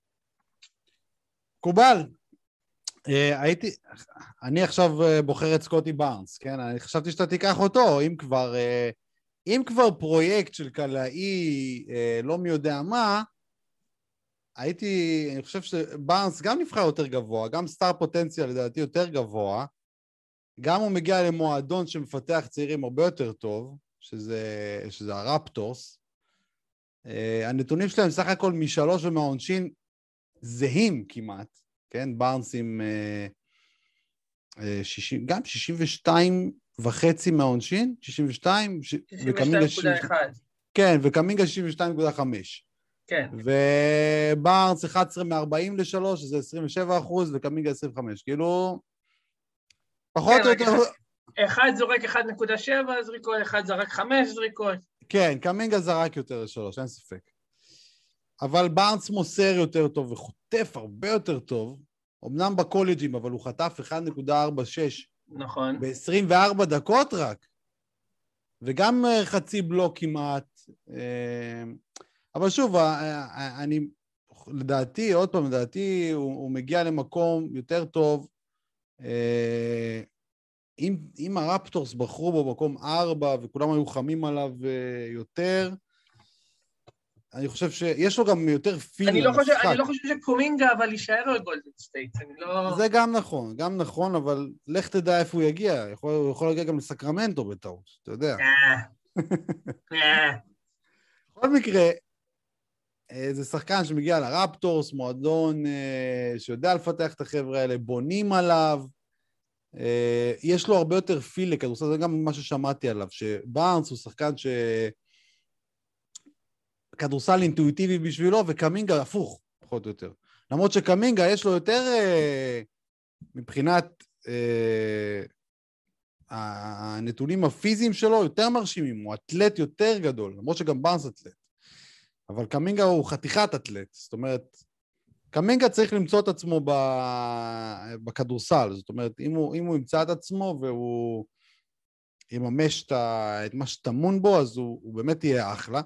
קובל. הייתי, אני עכשיו בוחר את סקוטי בארנס, כן? אני חשבתי שאתה תיקח אותו, אם כבר, אם כבר פרויקט של קלעי לא מי יודע מה, הייתי, אני חושב שבארנס גם נבחר יותר גבוה, גם סטאר פוטנציאל לדעתי יותר גבוה, גם הוא מגיע למועדון שמפתח צעירים הרבה יותר טוב, שזה, שזה הרפטורס. הנתונים שלהם סך הכל משלוש ומהעונשין זהים כמעט, כן? בארנס עם, שישים, גם שישים ושתיים וחצי מהעונשין, שישים ושתיים, וקמינגה שישים ושתיים נקודה אחת. כן, וקמינגה שישים ושתיים נקודה חמש. כן. ובארנס אחת עשרה מ-ארבעים ל-שלוש, שזה עשרים ושבע אחוז, וקמינגה עשרים וחמש. כאילו, פחות או יותר... אחד זורק אחת נקודה שבע זריקות, אחד זרק חמש זריקות. כן, קמינגה זרק יותר לשלוש, אין ספק. אבל בארנס מוסר יותר טוב וחוטף הרבה יותר טוב, אמנם בקולג'ים, אבל הוא חטף אחת נקודה ארבע שש. נכון. ב-עשרים וארבע דקות רק. וגם חצי בלוק כמעט. אבל שוב, אני, לדעתי, עוד פעם, לדעתי, הוא, הוא מגיע למקום יותר טוב. אם, אם הרפטורס בחרו בו מקום ארבע, וכולם היו חמים עליו יותר, אני חושב שיש לו גם יותר פיל אני למשחק. לא חושב, אני לא חושב שקומינגה, אבל יישאר בגולדן סטייט. אני לא... זה גם נכון, גם נכון, אבל לך תדע איפה הוא יגיע. יכול, הוא יכול להגיע גם לסקרמנטו בטעות, אתה יודע. בכל מקרה, זה שחקן שמגיע לרפטורס, מועדון שיודע לפתח את החבר'ה האלה, בונים עליו, יש לו הרבה יותר פיל לכדורסל, זה גם מה ששמעתי עליו, שבארנס הוא שחקן ש... כדורסל אינטואיטיבי בשבילו, וקמינגה הפוך, פחות או יותר. למרות שקמינגה יש לו יותר, מבחינת הנתונים הפיזיים שלו, יותר מרשימים, הוא אתלט יותר גדול, למרות שגם בארנס אתלט. אבל קמינגה הוא חתיכת אתלט, זאת אומרת, קמינגה צריך למצוא את עצמו בכדורסל, זאת אומרת, אם הוא, אם הוא ימצא את עצמו והוא יממש את מה שטמון בו, אז הוא, הוא באמת יהיה אחלה.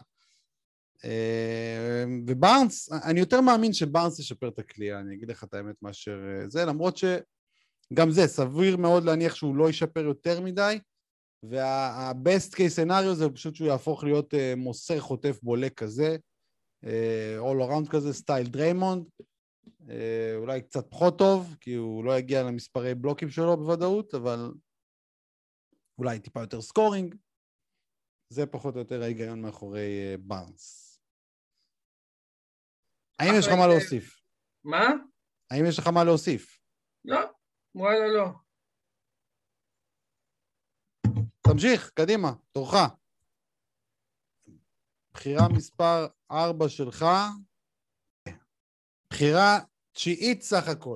ובארנס, אני יותר מאמין שבארנס ישפר את הכלייה, אני אגיד לך את האמת מאשר זה, למרות שגם זה סביר מאוד להניח שהוא לא ישפר יותר מדי, וה-best case scenario זה פשוט שהוא יהפוך להיות מוסר חוטף בולק כזה, all around כזה, סטייל דריימונד, אולי קצת פחות טוב, כי הוא לא יגיע למספרי בלוקים שלו בוודאות, אבל אולי טיפה יותר סקורינג, זה פחות או יותר ההיגיון מאחורי בארנס. האם יש לך מה להוסיף? מה? האם יש לך מה להוסיף? לא, וואלה לא. תמשיך, קדימה, תורך. בחירה מספר ארבע שלך, בחירה תשיעית סך הכל.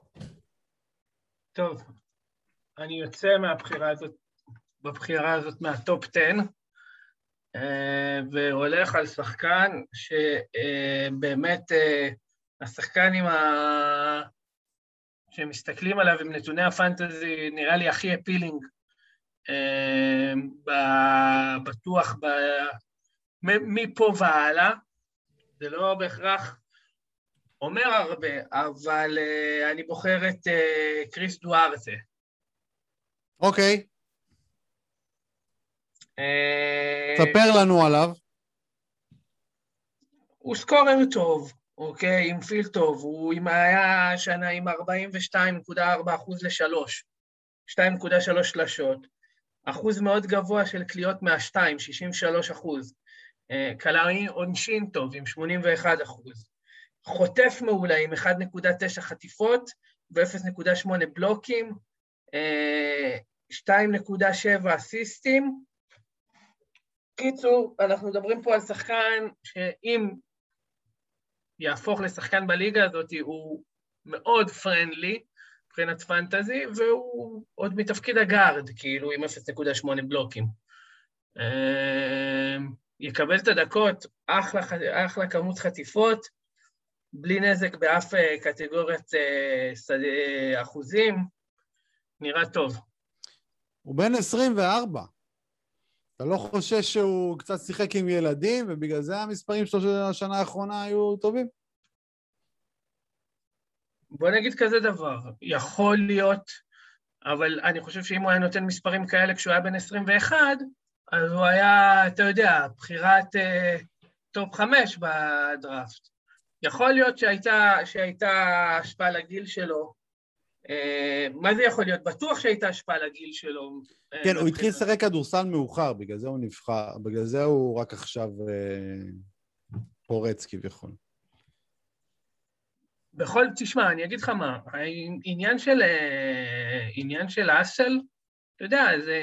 טוב, אני יוצא מהבחירה הזאת, בבחירה הזאת מהטופ עשר, והולך על שחקן שבאמת השחקן עם ה... שמסתכלים עליו עם נתוני הפנטזי נראה לי הכי אפילינג, בטוח מפה והלאה, זה לא בהכרח אומר הרבה, אבל אני בוחר את קריס דוארטה. אוקיי. ספר לנו עליו. הוא סקורר טוב, אוקיי, עם פיל טוב, הוא היה שנה עם ארבעים ושתיים נקודה ארבע אחוז לשלוש, שתיים נקודה שלוש שלשות, אחוז מאוד גבוה של קליעות מהשתיים, שישים ושלושה אחוז, קלעי עונשין טוב עם שמונים ואחד אחוז, חוטף מעולה עם אחת נקודה תשע חטיפות ו-אפס נקודה שמונה בלוקים, שתיים נקודה שבע אסיסטים. קיצור, אנחנו מדברים פה על שחקן שאם יהפוך לשחקן בליגה הזאת, הוא מאוד פרנדלי, מבחינת פנטזי, והוא עוד מתפקיד הגארד, כאילו עם אפס נקודה שמונה בלוקים. יקבל את הדקות, אחלה, אחלה כמות חטיפות, בלי נזק באף קטגוריית אחוזים, נראה טוב. הוא בן עשרים וארבע. אתה לא חושש שהוא קצת שיחק עם ילדים, ובגלל זה המספרים שלו של השנה האחרונה היו טובים? בוא נגיד כזה דבר, יכול להיות, אבל אני חושב שאם הוא היה נותן מספרים כאלה כשהוא היה בן עשרים ואחת, אז הוא היה, אתה יודע, בחירת אה, טופ חמש בדראפט. יכול להיות שהייתה, שהייתה השפעה לגיל שלו, אה, מה זה יכול להיות? בטוח שהייתה השפעה לגיל שלו. אה, כן, הוא התחיל לשחק כדורסל מאוחר, בגלל זה הוא נבחר, בגלל זה הוא רק עכשיו אה, פורץ כביכול. בכל, תשמע, אני אגיד לך מה, העניין של, עניין של אסל, אתה יודע, זה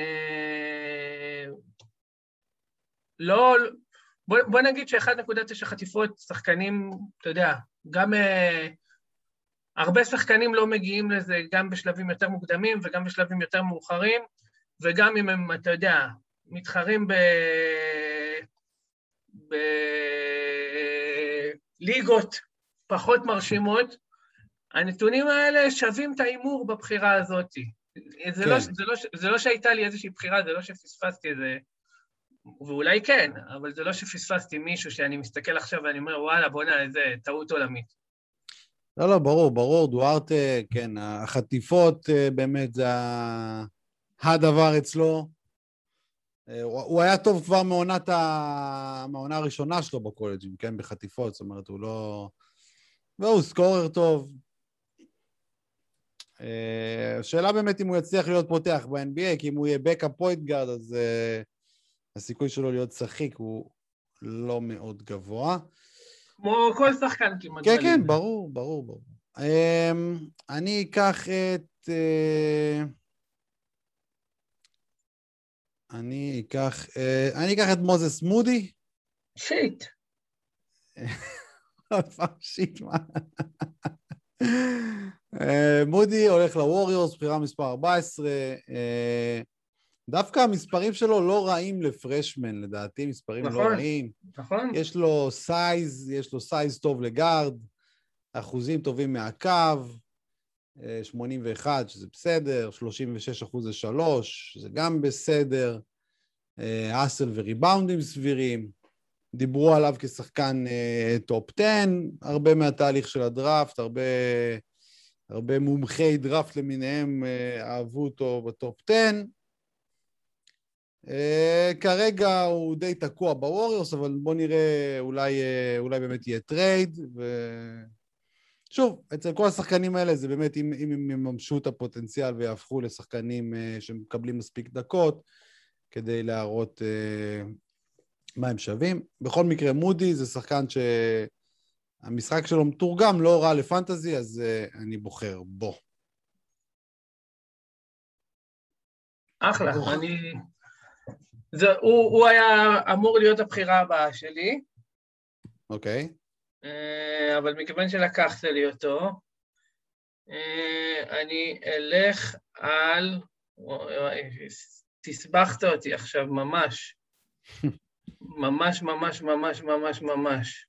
לא, בוא, בוא נגיד ש-אחת נקודה תשע חטיפות, שחקנים, אתה יודע, גם אה, הרבה שחקנים לא מגיעים לזה גם בשלבים יותר מוקדמים וגם בשלבים יותר מאוחרים, וגם אם הם, אתה יודע, מתחרים ב... בליגות פחות מרשימות, הנתונים האלה שווים את האימור בבחירה הזאת. זה, כן. לא, זה, לא, זה לא שהייתה לי איזושהי בחירה, זה לא שפספסתי איזה... ואולי כן, אבל זה לא שפספסתי מישהו שאני מסתכל עכשיו ואני אומר, וואלה, בוא נה, איזה טעות עולמית. לא, לא, ברור, ברור, דוארטה, כן, החטיפות באמת זה הדבר אצלו. הוא היה טוב כבר מעונת ה... מהעונה הראשונה שלו בקולג'ים, כן, בחטיפות, זאת אומרת, הוא לא... והוא סקורר טוב. השאלה באמת אם הוא יצליח להיות פותח ב-אן בי איי, כי אם הוא יהיה בקאפ פוינט גארד, אז הסיכוי שלו להיות שחיק הוא לא מאוד גבוה. כמו כל שחקן כמעט. כן, כן, ברור, ברור, ברור. אני אקח את... אני אקח... אני אקח את מוזס מודי. שיט. שיט, מה? מודי הולך לווריורס, בחירה מספר ארבע עשרה. דווקא המספרים שלו לא רעים לפרשמן, לדעתי, מספרים לא רעים. נכון. יש לו סייז, יש לו סייז טוב לגארד, אחוזים טובים מהקו, שמונים ואחת, שזה בסדר, שלושים ושש אחוז זה שלוש, זה גם בסדר, אסל וריבאונדים סבירים, דיברו עליו כשחקן טופ עשר, הרבה מהתהליך של הדראפט, הרבה, הרבה מומחי דראפט למיניהם אהבו אותו בטופ עשר, Uh, כרגע הוא די תקוע בווריורס, אבל בוא נראה, אולי, uh, אולי באמת יהיה טרייד, ושוב, אצל כל השחקנים האלה זה באמת, אם, אם הם יממשו את הפוטנציאל ויהפכו לשחקנים uh, שמקבלים מספיק דקות, כדי להראות uh, מה הם שווים. בכל מקרה, מודי זה שחקן שהמשחק שלו מתורגם, לא רע לפנטזי, אז uh, אני בוחר בו. אחלה, אני... זה, הוא, הוא היה אמור להיות הבחירה הבאה שלי. אוקיי. Okay. אבל מכיוון שלקחת לי אותו, אני אלך על... תסבכת אותי עכשיו ממש. ממש, ממש, ממש, ממש, ממש.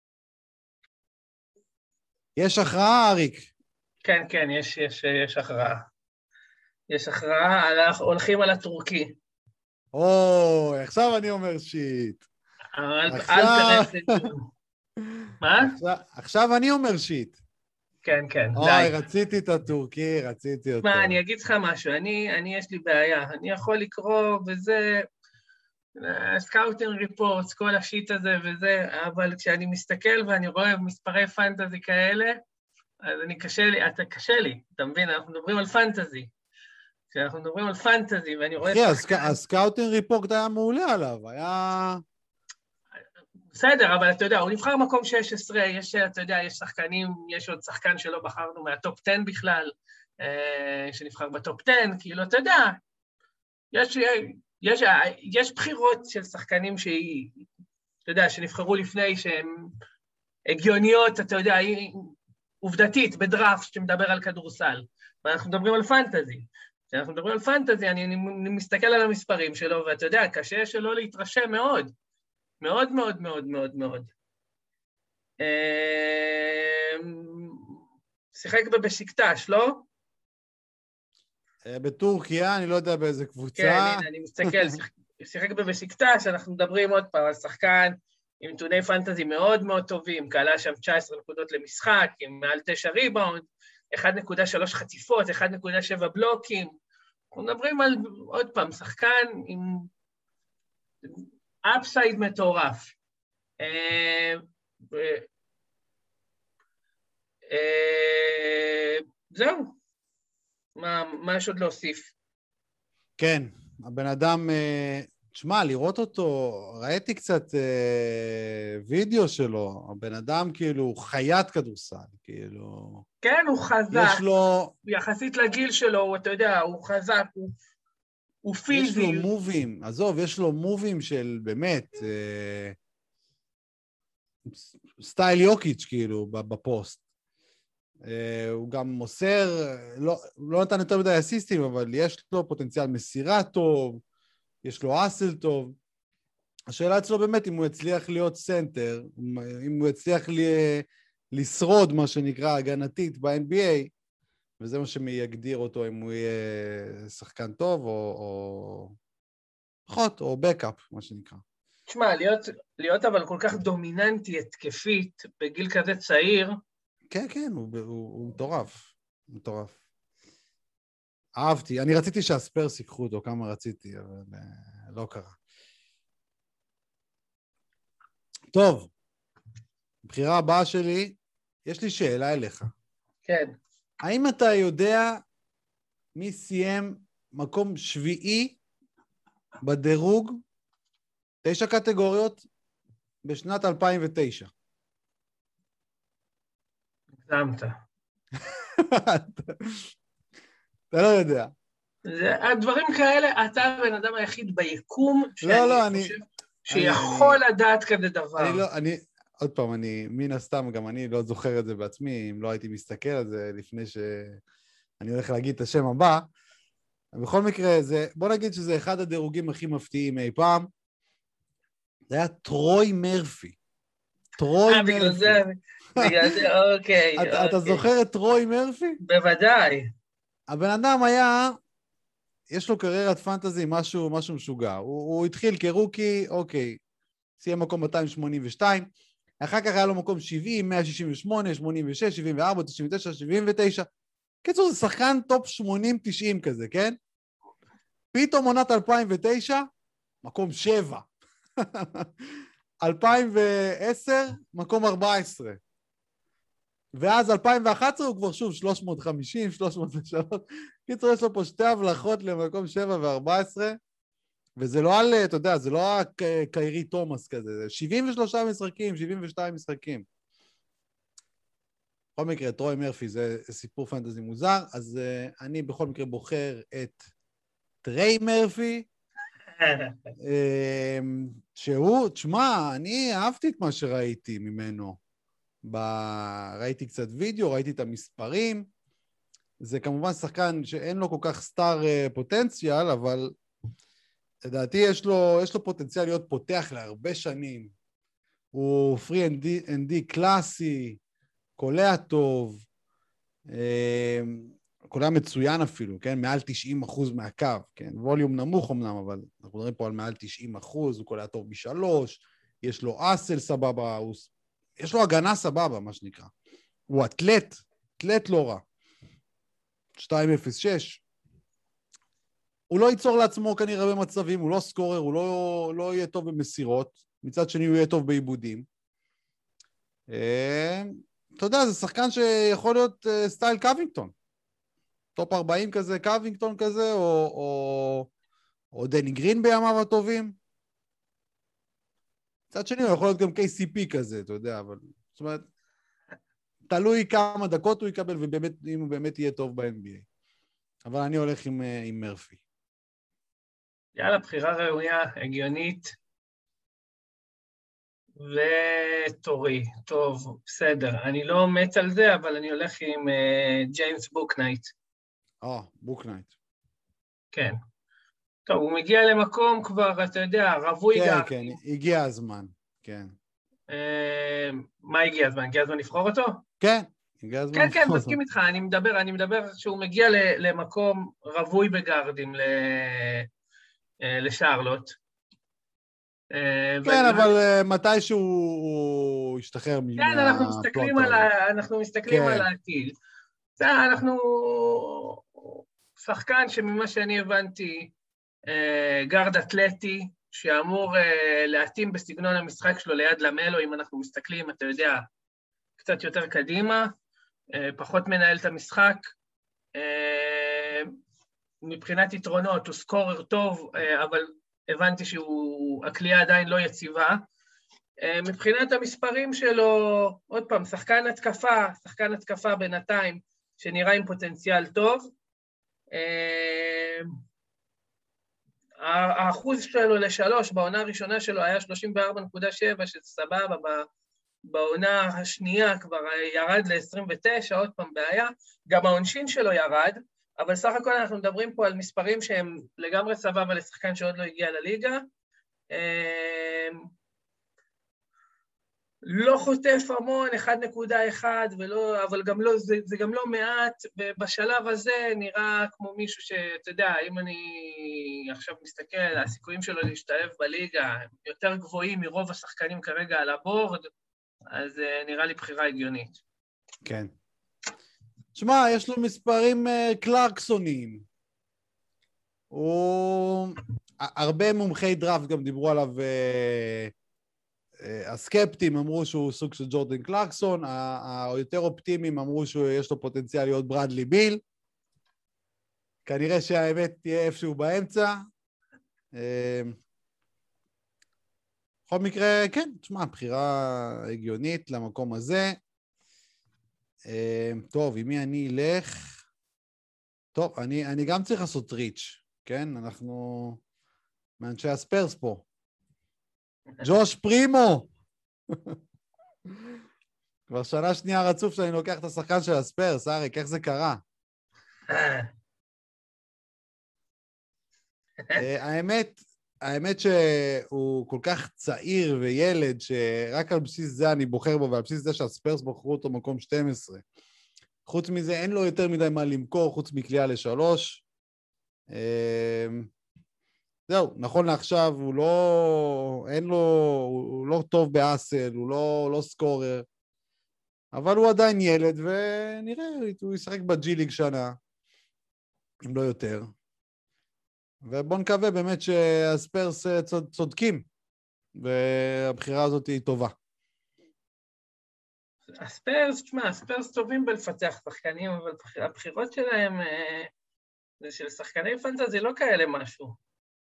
יש הכרעה, אריק? כן, כן, יש, יש, יש הכרעה. יש הכרעה, הולכים על הטורקי. אוי, עכשיו אני אומר שיט. אל תרס את זה. מה? עכשיו אני אומר שיט. כן, כן, די. אוי, רציתי את הטורקי, רציתי אותו. מה, אני אגיד לך משהו, אני יש לי בעיה, אני יכול לקרוא וזה, סקאוטינג ריפורטס, כל השיט הזה וזה, אבל כשאני מסתכל ואני רואה מספרי פנטזי כאלה, אז אני קשה לי, אתה קשה לי, אתה מבין? אנחנו מדברים על פנטזי. כשאנחנו מדברים על פנטזי, ואני רואה... אחי, הסקאוטינג ריפורט היה מעולה עליו, היה... בסדר, אבל אתה יודע, הוא נבחר מקום שש עשרה, יש, אתה יודע, יש שחקנים, יש עוד שחקן שלא בחרנו מהטופ עשר בכלל, שנבחר בטופ עשר, כאילו, אתה יודע, יש, יש, יש בחירות של שחקנים שהיא, אתה יודע, שנבחרו לפני שהם הגיוניות, אתה יודע, עובדתית, בדראפט שמדבר על כדורסל, ואנחנו מדברים על פנטזי. כשאנחנו מדברים על פנטזי, אני, אני מסתכל על המספרים שלו, ואתה יודע, קשה שלא להתרשם מאוד. מאוד מאוד מאוד מאוד מאוד. שיחק בבשיקטש, לא? בטורקיה, אני לא יודע באיזה קבוצה. כן, הנה, אני מסתכל, שיחק בבשיקטש, אנחנו מדברים עוד פעם על שחקן עם נתוני פנטזי מאוד מאוד טובים, קהלה שם תשע עשרה נקודות למשחק, עם מעל תשע ריבאונד, אחת נקודה שלוש חטיפות, אחת נקודה שבע בלוקים. אנחנו מדברים על, עוד פעם, שחקן עם אפסייד מטורף. זהו. מה יש עוד להוסיף? כן, הבן אדם תשמע, לראות אותו, ראיתי קצת אה, וידאו שלו, הבן אדם כאילו חיית כדורסל, כאילו... כן, הוא חזק. יש לו... יחסית לגיל שלו, אתה יודע, הוא חזק, הוא, הוא פיזי. יש לו מובים, עזוב, יש לו מובים של באמת, אה, סטייל יוקיץ' כאילו, בפוסט. אה, הוא גם מוסר, לא, לא נתן יותר מדי אסיסטים, אבל יש לו פוטנציאל מסירה טוב, יש לו אסל טוב. השאלה אצלו באמת אם הוא יצליח להיות סנטר, אם הוא יצליח לי, לשרוד מה שנקרא הגנתית ב-אן בי איי, וזה מה שיגדיר אותו אם הוא יהיה שחקן טוב או, או... פחות, או בקאפ, מה שנקרא. תשמע, להיות, להיות אבל כל כך דומיננטי, התקפית, בגיל כזה צעיר... כן, כן, הוא, הוא, הוא מטורף, מטורף. אהבתי, אני רציתי שהספרס ייקחו אותו, כמה רציתי, אבל uh, לא קרה. טוב, הבחירה הבאה שלי, יש לי שאלה אליך. כן. האם אתה יודע מי סיים מקום שביעי בדירוג, תשע קטגוריות, בשנת אלפיים ותשע? הגזמת. אתה לא יודע. זה, הדברים כאלה, אתה הבן אדם היחיד ביקום שאני לא, לא, חושב אני, שיכול אני, לדעת כזה דבר. אני לא, אני, עוד פעם, אני, מן הסתם, גם אני לא זוכר את זה בעצמי, אם לא הייתי מסתכל על זה לפני שאני הולך להגיד את השם הבא. בכל מקרה, זה, בוא נגיד שזה אחד הדירוגים הכי מפתיעים אי פעם. זה היה טרוי מרפי. טרוי אה, מרפי. בגלל זה, בגלל זה, אוקיי. אתה, אתה זוכר את טרוי מרפי? בוודאי. הבן אדם היה, יש לו קריירת פנטזי, משהו, משהו משוגע. הוא, הוא התחיל כרוקי, אוקיי, סיים מקום מאתיים שמונים ושתיים, אחר כך היה לו מקום שבעים, מאה שישים ושמונה, שמונים ושש, שבעים וארבע, תשעים ותשע, שבעים ותשע. קיצור, זה שחקן טופ שמונים תשעים כזה, כן? פתאום עונת אלפיים ותשע, מקום שבע. אלפיים ועשר, מקום ארבע עשרה. ואז אלפיים ואחת עשרה הוא כבר שוב שלוש מאות וחמישים, שלוש מאות ושלוש. קיצור, יש לו פה שתי הבלחות למקום שבע וארבע עשרה, וזה לא על, אתה יודע, זה לא קיירי תומאס כזה, זה שבעים ושלושה משחקים, שבעים ושתיים משחקים. בכל מקרה, טרוי מרפי זה סיפור פנטזי מוזר, אז uh, אני בכל מקרה בוחר את טריי מרפי, uh, שהוא, תשמע, אני אהבתי את מה שראיתי ממנו. ב... ראיתי קצת וידאו, ראיתי את המספרים, זה כמובן שחקן שאין לו כל כך סטאר uh, פוטנציאל, אבל לדעתי יש לו, יש לו פוטנציאל להיות פותח להרבה שנים. הוא פרי אנד די קלאסי, קולע טוב, קולע מצוין אפילו, כן? מעל תשעים אחוז מהקו, כן? ווליום נמוך אמנם, אבל אנחנו מדברים פה על מעל תשעים אחוז, הוא קולע טוב בשלוש, יש לו אסל סבבה, הוא... יש לו הגנה סבבה, מה שנקרא. הוא אתלט, אתלט לא רע. שתיים אפס שש. הוא לא ייצור לעצמו כנראה במצבים, הוא לא סקורר, הוא לא, לא יהיה טוב במסירות, מצד שני הוא יהיה טוב בעיבודים. אתה יודע, זה שחקן שיכול להיות סטייל קווינגטון. טופ ארבעים כזה, קווינגטון כזה, או, או, או דני גרין בימיו הטובים. מצד שני הוא יכול להיות גם קיי סי פי כזה, אתה יודע, אבל זאת אומרת, תלוי כמה דקות הוא יקבל, ובאמת, אם הוא באמת יהיה טוב ב-אן בי איי. אבל אני הולך עם, עם מרפי. יאללה, בחירה ראויה, הגיונית. וטורי, טוב, בסדר. אני לא מת על זה, אבל אני הולך עם uh, ג'יימס בוקנייט. אה, בוקנייט. כן. טוב, הוא מגיע למקום כבר, אתה יודע, רווי כן, גם. כן, הגיע הזמן, כן. Uh, מה הגיע הזמן? הגיע הזמן לבחור אותו? כן, הגיע הזמן כן, לבחור כן, אותו. מסכים איתך, אני מדבר, אני מדבר שהוא מגיע למקום רווי בגארדים לשרלוט. כן, אבל מתי שהוא ישתחרר מהפלוט האלה. כן, אנחנו מסתכלים על ה... אנחנו מסתכלים על העתיד. אנחנו שחקן שממה שאני הבנתי, גארד אתלטי, שאמור להתאים בסגנון המשחק שלו ליד למלו, אם אנחנו מסתכלים, אתה יודע, קצת יותר קדימה, פחות מנהל את המשחק, מבחינת יתרונות, הוא סקורר טוב, אבל הבנתי שהקליעה עדיין לא יציבה. מבחינת המספרים שלו, עוד פעם, שחקן התקפה, שחקן התקפה בינתיים, שנראה עם פוטנציאל טוב. האחוז שלו לשלוש, בעונה הראשונה שלו היה שלושים וארבע נקודה שבע, שזה סבבה, בעונה השנייה כבר ירד ל-עשרים ותשע, עוד פעם בעיה, גם העונשין שלו ירד, אבל סך הכל אנחנו מדברים פה על מספרים שהם לגמרי סבבה לשחקן שעוד לא הגיע לליגה. לא חוטף המון, אחד נקודה אחת, ולא, אבל גם לא, זה, זה גם לא מעט, ובשלב הזה נראה כמו מישהו שאתה יודע, אם אני עכשיו מסתכל, הסיכויים שלו להשתלב בליגה הם יותר גבוהים מרוב השחקנים כרגע על הבורד, אז נראה לי בחירה הגיונית. כן. שמע, יש לו מספרים uh, קלרקסוניים. הוא... הרבה מומחי דראפט גם דיברו עליו, uh, uh, הסקפטים אמרו שהוא סוג של ג'ורדן קלרקסון, היותר אופטימיים אמרו שיש לו פוטנציאל להיות ברדלי ביל, כנראה שהאמת תהיה איפשהו באמצע. Uh, בכל מקרה, כן, תשמע, בחירה הגיונית למקום הזה. טוב, עם מי אני אלך? טוב, אני, אני גם צריך לעשות ריץ', כן? אנחנו מאנשי הספרס פה. ג'וש פרימו! כבר שנה שנייה רצוף שאני לוקח את השחקן של הספרס, אריק, איך זה קרה? האמת, האמת שהוא כל כך צעיר וילד, שרק על בסיס זה אני בוחר בו, ועל בסיס זה שהספרס בחרו אותו מקום שתים עשרה. חוץ מזה, אין לו יותר מדי מה למכור, חוץ מקליעה לשלוש. זהו, נכון לעכשיו, הוא לא, אין לו, הוא לא טוב באסל, הוא לא, לא סקורר, אבל הוא עדיין ילד, ונראה, הוא ישחק בג'י ליג שנה, אם לא יותר. ובוא נקווה באמת שהספרס צוד, צודקים, והבחירה הזאת היא טובה. הספרס, תשמע, הספרס טובים בלפתח שחקנים, אבל הבחירות שלהם, זה של שחקני פנטזי לא כאלה משהו.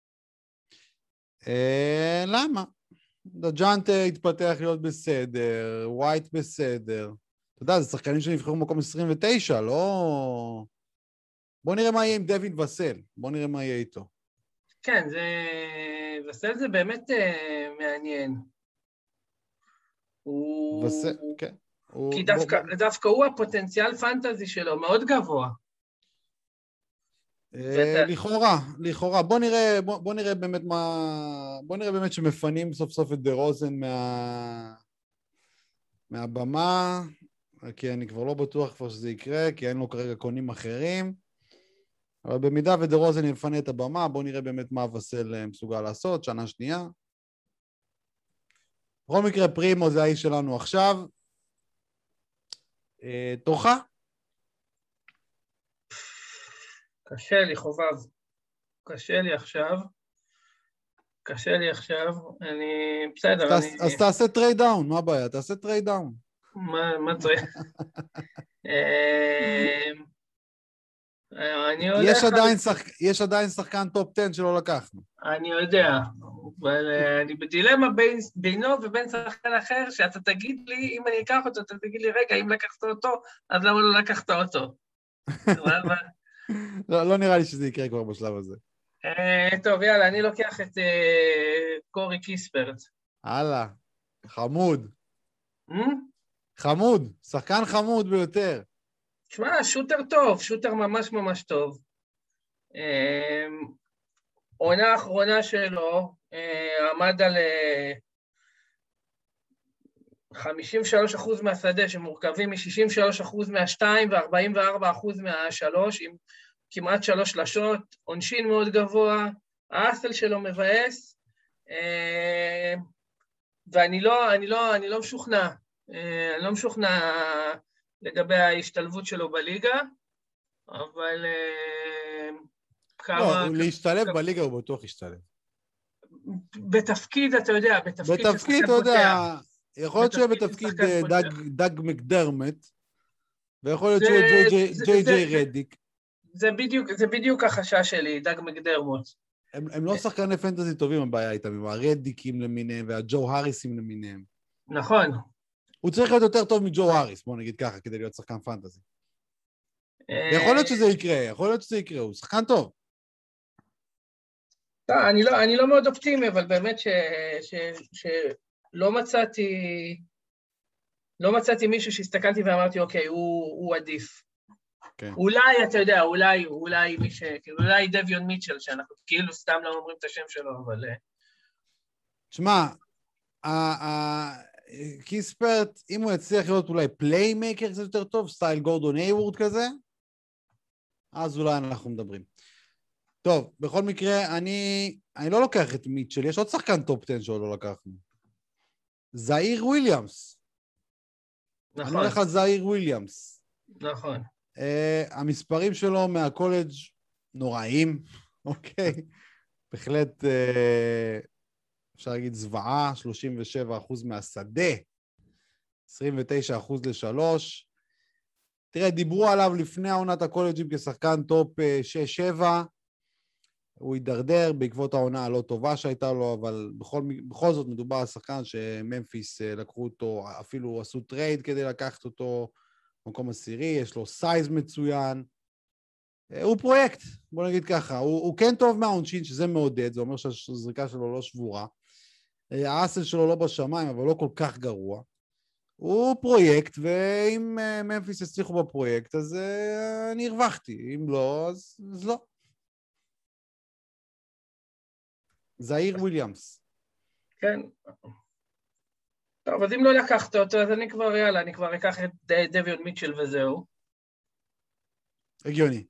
אה, למה? דג'אנט התפתח להיות בסדר, ווייט בסדר. אתה יודע, זה שחקנים שנבחרו במקום עשרים ותשע, לא... בוא נראה מה יהיה עם דווין וסל, בוא נראה מה יהיה איתו. כן, זה... וסל זה באמת uh, מעניין. הוא... וסל, כן. הוא... כי דווקא, בוא, בוא... דווקא הוא הפוטנציאל פנטזי שלו מאוד גבוה. Uh, ואתה... לכאורה, לכאורה. בוא נראה, בוא, בוא נראה באמת מה... בוא נראה באמת שמפנים סוף סוף את דה רוזן מה... מהבמה, כי אני כבר לא בטוח כבר שזה יקרה, כי אין לו כרגע קונים אחרים. אבל במידה ודה רוזן יפנה את הבמה, בואו נראה באמת מה וסל מסוגל לעשות, שנה שנייה. בכל מקרה, פרימו זה האיש שלנו עכשיו. אה, תורך? קשה לי, חובב. קשה לי עכשיו. קשה לי עכשיו. אני... בסדר, אז, אני... אז תעשה טרייד דאון, מה הבעיה? תעשה טרייד דאון. מה, מה צריך? יש עדיין, שח... יש עדיין שחקן טופ עשר שלא לקחנו. אני יודע, אבל אני בדילמה בין, בינו ובין שחקן אחר, שאתה תגיד לי, אם אני אקח אותו, אתה תגיד לי, רגע, אם לקחת אותו, אז למה לא לקחת אותו? לא, לא נראה לי שזה יקרה כבר בשלב הזה. טוב, יאללה, אני לוקח את קורי קיספרט. הלאה, חמוד. חמוד, שחקן חמוד ביותר. תשמע, שוטר טוב, שוטר ממש ממש טוב. עונה האחרונה שלו עמד על חמישים ושלושה אחוז מהשדה, שמורכבים מ-שישים ושלושה אחוז מהשתיים ו-ארבעים וארבעה אחוז מהשלוש, עם כמעט שלוש שלשות, עונשין מאוד גבוה, האסל שלו מבאס, ואני לא, אני לא, אני לא משוכנע, אני לא משוכנע לגבי ההשתלבות שלו בליגה, אבל כמה... לא, להשתלב בליגה הוא בטוח ישתלב. בתפקיד, אתה יודע, בתפקיד... בתפקיד, אתה יודע, יכול להיות שהוא בתפקיד דג מקדרמט, ויכול להיות שהוא ג'יי ג'יי רדיק. זה בדיוק החשש שלי, דג מקדרמוט. הם, הם לא שחקני פנטזי טובים, הבעיה איתם, עם הרדיקים למיניהם והג'ו הריסים למיניהם. נכון. הוא צריך להיות יותר טוב מג'ו הריס, בוא נגיד ככה, כדי להיות שחקן פנטזי. יכול להיות שזה יקרה, יכול להיות שזה יקרה, הוא שחקן טוב. אני לא, אני לא מאוד אופטימי, אבל באמת ש, ש, שלא מצאתי, לא מצאתי מישהו שהסתכלתי ואמרתי, אוקיי, הוא, הוא עדיף. כן. אולי, אתה יודע, אולי, אולי מי ש... אולי דביון מיטשל, שאנחנו כאילו סתם לא אומרים את השם שלו, אבל... שמע, קיספרט, אם הוא יצליח להיות אולי פליימייקר קצת יותר טוב, סטייל גורדון היוורד כזה, אז אולי אנחנו מדברים. טוב, בכל מקרה, אני, אני לא לוקח את מיטשל, יש עוד שחקן טופ עשר שעוד לא לקחנו. זאיר וויליאמס. נכון. אני הולך על זאיר וויליאמס. נכון. Uh, המספרים שלו מהקולג' נוראים, אוקיי? בהחלט, uh, אפשר להגיד זוועה, שלושים ושבעה אחוז מהשדה, עשרים ותשעה אחוז לשלוש. תראה, דיברו עליו לפני העונת הקולג'ים כשחקן טופ שש שבע, הוא יידרדר בעקבות העונה הלא טובה שהייתה לו, אבל בכל, בכל זאת מדובר על שחקן שממפיס לקחו אותו, אפילו עשו טרייד כדי לקחת אותו, במקום עשירי, יש לו סייז מצוין, הוא פרויקט, בוא נגיד ככה, הוא, הוא כן טוב מהעונשין, שזה מעודד, זה אומר שהזריקה שלו לא שבורה, האסל שלו לא בשמיים, אבל לא כל כך גרוע, הוא פרויקט, ואם ממפיס הצליחו בפרויקט, אז אני הרווחתי, אם לא, אז, אז לא. זאיר וויליאמס. כן. טוב, אז אם לא לקחת אותו, אז אני כבר, יאללה, אני כבר אקח את דביון מיטשל וזהו. הגיוני.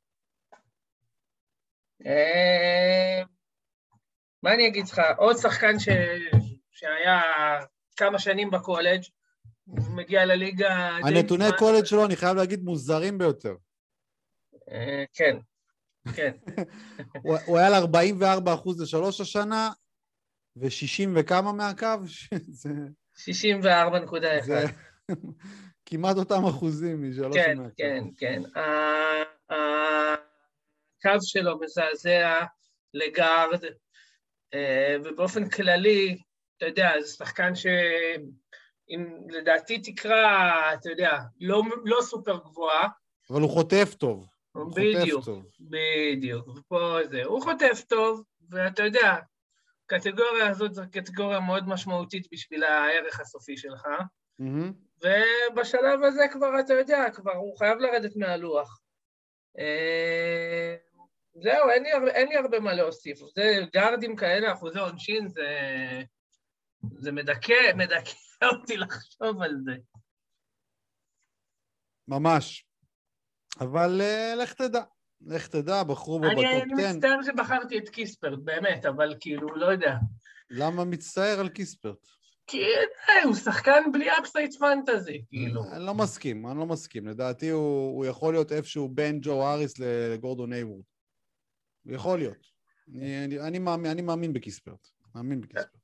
מה אני אגיד לך? עוד שחקן שהיה כמה שנים בקולג', מגיע לליגה... הנתוני קולג' שלו, אני חייב להגיד, מוזרים ביותר. כן, כן. הוא היה ל-ארבעים וארבעה אחוז לשלוש השנה, ו-שישים וכמה מהקו, שישים וארבע נקודה אחת. כמעט אותם אחוזים משלוש כן, מהקו. כן, כן. הקו שלו מזעזע לגארד, ובאופן כללי, אתה יודע, זה שחקן שאם לדעתי תקרא, אתה יודע, לא סופר גבוהה. אבל הוא חוטף טוב. בדיוק, בדיוק. ופה זה, הוא חוטף טוב, ואתה יודע, הקטגוריה הזאת זו קטגוריה מאוד משמעותית בשביל הערך הסופי שלך, mm-hmm. ובשלב הזה כבר, אתה יודע, כבר הוא חייב לרדת מהלוח. זהו, אין לי, אין לי הרבה מה להוסיף. זה גארדים כאלה, אחוזי עונשין, זה, זה מדכא, מדכא אותי לחשוב על זה. ממש. אבל uh, לך תדע. לך תדע, בחרו בו בטופ עשר. אני מצטער שבחרתי את קיספרט, באמת, אבל כאילו, לא יודע. למה מצטער על קיספרט? כי הוא שחקן בלי אפסייט פנטזי, כאילו. אני לא מסכים, אני לא מסכים. לדעתי הוא, הוא יכול להיות איפשהו בין ג'ו האריס לגורדון היוורד. הוא יכול להיות. אני, אני, אני, מאמין, אני מאמין בקיספרט. מאמין בקיספרט.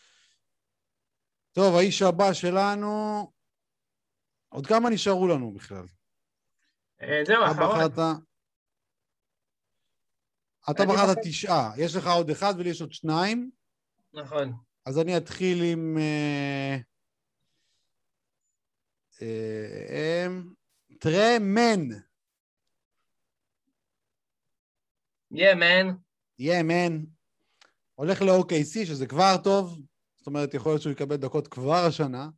טוב, האיש הבא שלנו, עוד כמה נשארו לנו בכלל? זהו, אחרון. אתה בחרת תשעה, יש לך עוד אחד ולי יש עוד שניים. נכון. אז אני אתחיל עם... טרי מן. יא מן. יא מן. הולך ל-או קיי סי, שזה כבר טוב. זאת אומרת, יכול להיות שהוא יקבל דקות כבר השנה.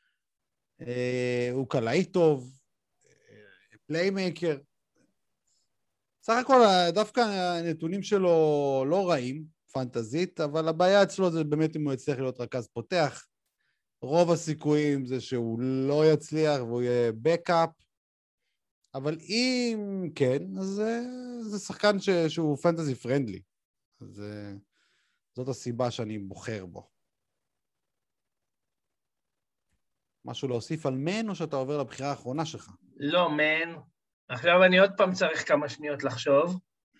הוא קלעי טוב. פליימייקר. סך הכל, דווקא הנתונים שלו לא רעים, פנטזית, אבל הבעיה אצלו זה באמת אם הוא יצליח להיות רכז פותח. רוב הסיכויים זה שהוא לא יצליח והוא יהיה בקאפ, אבל אם כן, אז זה שחקן ש, שהוא פנטזי פרנדלי. אז זאת הסיבה שאני בוחר בו. משהו להוסיף על מן או שאתה עובר לבחירה האחרונה שלך? לא, מן. עכשיו אני עוד פעם צריך כמה שניות לחשוב.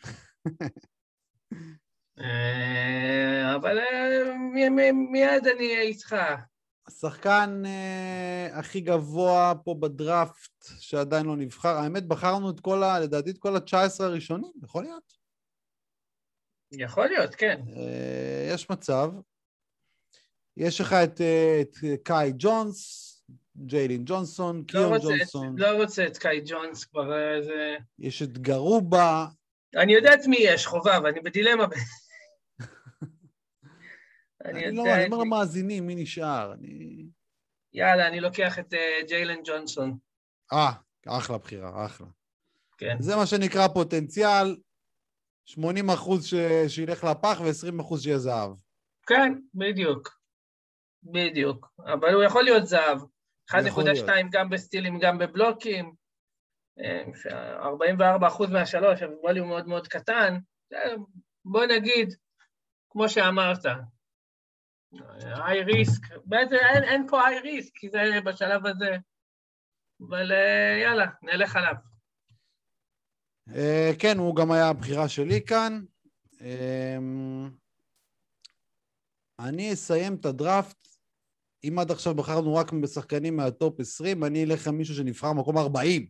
אבל מיד אני אהיה איתך. השחקן הכי גבוה פה בדראפט שעדיין לא נבחר, האמת בחרנו את כל ה... לדעתי את כל ה-תשע עשרה הראשונים, יכול להיות? יכול להיות, כן. יש מצב. יש לך את, את קאי ג'ונס, ג'יילין ג'ונסון, קיון ג'ונסון. לא רוצה את קאי ג'ונס כבר איזה... יש את גרובה. אני יודעת מי יש, חובב, אני בדילמה. אני לא, אני אומר למאזינים, מי נשאר? יאללה, אני לוקח את ג'יילן ג'ונסון. אה, אחלה בחירה, אחלה. כן. זה מה שנקרא פוטנציאל, שמונים אחוז שילך לפח ו-עשרים אחוז שיהיה זהב. כן, בדיוק. בדיוק. אבל הוא יכול להיות זהב. אחת נקודה שתיים גם בסטילים, גם בבלוקים. ארבעים וארבעה אחוז מהשלוש, אבל ווליום מאוד מאוד קטן. בוא נגיד, כמו שאמרת, היי ריסק. בעצם אין, אין פה היי ריסק, כי זה בשלב הזה. אבל יאללה, נלך עליו. כן, הוא גם היה הבחירה שלי כאן. אני אסיים את הדראפט. אם עד עכשיו בחרנו רק בשחקנים מהטופ עשרים, אני אלך עם מישהו שנבחר מקום ארבעים.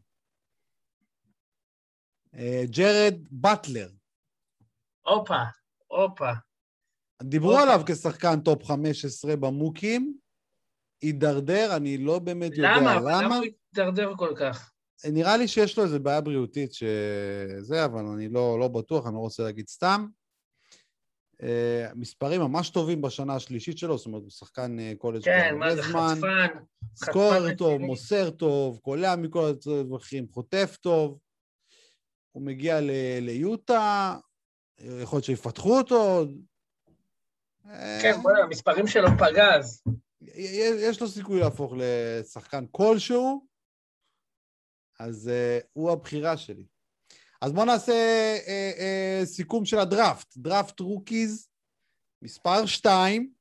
ג'רד באטלר. אופה, אופה. דיברו עליו כשחקן טופ חמש עשרה במוקים. הידרדר, אני לא באמת יודע למה. למה הוא הידרדר כל כך? נראה לי שיש לו איזו בעיה בריאותית שזה, אבל אני לא, לא בטוח, אני לא רוצה להגיד סתם. מספרים ממש טובים בשנה השלישית שלו, זאת אומרת, הוא שחקן קולג' כן, מה זה חצפן? סקורר טוב, מוסר טוב, קולע מכל הדרכים, חוטף טוב. הוא מגיע ליוטה, יכול להיות שיפתחו אותו. כן, בוא, המספרים שלו פגז. יש לו סיכוי להפוך לשחקן כלשהו, אז הוא הבחירה שלי. אז בואו נעשה אה, אה, סיכום של הדראפט. דראפט רוקיז, מספר שתיים,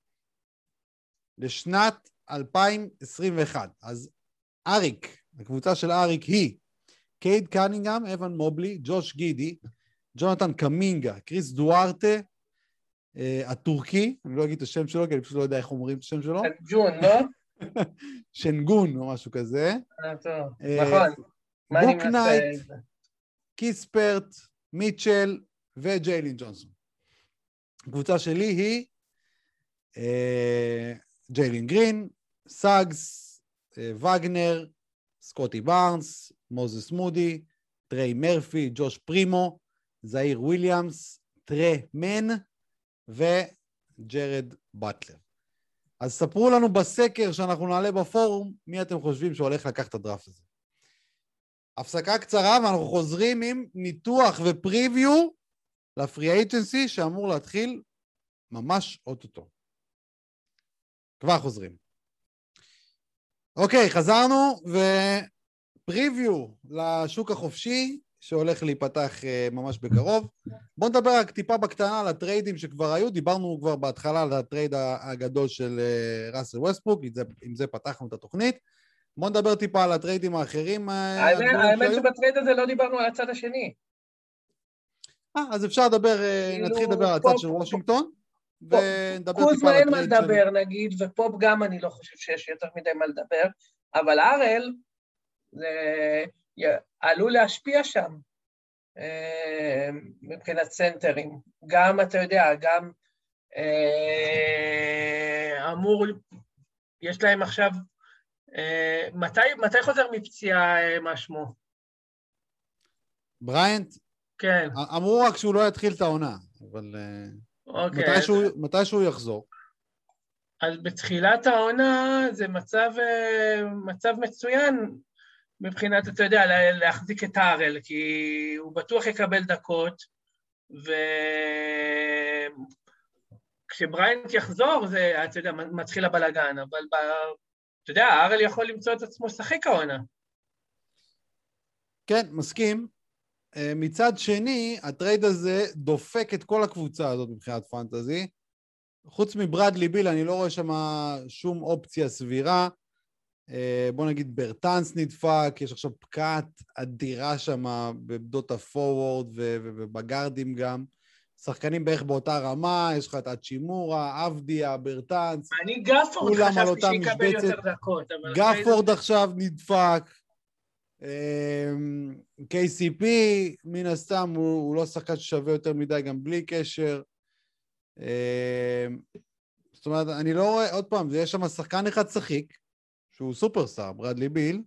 לשנת אלפיים עשרים ואחת. אז אריק, הקבוצה של אריק היא קייד קנינגהם, אבן מובלי, ג'וש גידי, ג'ונתן קמינגה, קריס דוארטה, אה, הטורקי, אני לא אגיד את השם שלו, כי אני פשוט לא יודע איך אומרים את השם שלו. ג'ון, לא? שנגון או משהו כזה. אה, טוב, נכון. בוק נייט, קיספרט, מיטשל וג'יילין ג'ונסון. הקבוצה שלי היא אה, ג'יילין גרין, סאגס, אה, וגנר, סקוטי בארנס, מוזס מודי, טריי מרפי, ג'וש פרימו, זאיר וויליאמס, טרי מן וג'רד באטלר. אז ספרו לנו בסקר שאנחנו נעלה בפורום מי אתם חושבים שהולך לקחת את הדראפט הזה. הפסקה קצרה ואנחנו חוזרים עם ניתוח ופריוויו לפרי אייג'נסי שאמור להתחיל ממש אוטוטו. כבר חוזרים. אוקיי, חזרנו ופריוויו לשוק החופשי שהולך להיפתח ממש בקרוב. בואו נדבר רק טיפה בקטנה על הטריידים שכבר היו, דיברנו כבר בהתחלה על הטרייד הגדול של ראסל ווסטברוק, עם זה פתחנו את התוכנית. בואו נדבר טיפה על הטריידים האחרים. האמת שבטרייד הזה לא דיברנו על הצד השני. אה, אז אפשר לדבר, נתחיל לדבר על הצד של וושינגטון, ונדבר טיפה על הטרייד של... קוזמה אין מה לדבר נגיד, ופופ גם אני לא חושב שיש יותר מדי מה לדבר, אבל ארל, זה עלול להשפיע שם, מבחינת סנטרים. גם, אתה יודע, גם אמור, יש להם עכשיו, מתי, מתי חוזר מפציעה, מה שמו? בריינט? כן. אמרו רק שהוא לא יתחיל את העונה, אבל אוקיי, מתי, אז... שהוא, מתי שהוא יחזור. אז בתחילת העונה זה מצב, מצב מצוין, מבחינת, אתה יודע, להחזיק את הארל, כי הוא בטוח יקבל דקות, וכשבריינט יחזור, זה, אתה יודע, מתחיל הבלגן, אבל ב... אתה יודע, הארל יכול למצוא את עצמו שחק העונה. כן, מסכים. מצד שני, הטרייד הזה דופק את כל הקבוצה הזאת מבחינת פנטזי. חוץ מברדלי ביל, אני לא רואה שם שום אופציה סבירה. בוא נגיד ברטנס נדפק, יש עכשיו פקעת אדירה שם בבדות הפורוורד ובגרדים גם. שחקנים בערך באותה רמה, יש לך את הצ'ימורה, אבדיה, ברטנס. אני גפורד חשבתי שיקבל יותר דקות. גפורד עכשיו נדפק. קיי סי פי, מן הסתם, הוא, הוא לא שחקן ששווה יותר מדי גם בלי קשר. זאת אומרת, אני לא רואה, עוד פעם, יש שם שחקן אחד שחיק, שהוא סופרסטאר, ברדלי ביל,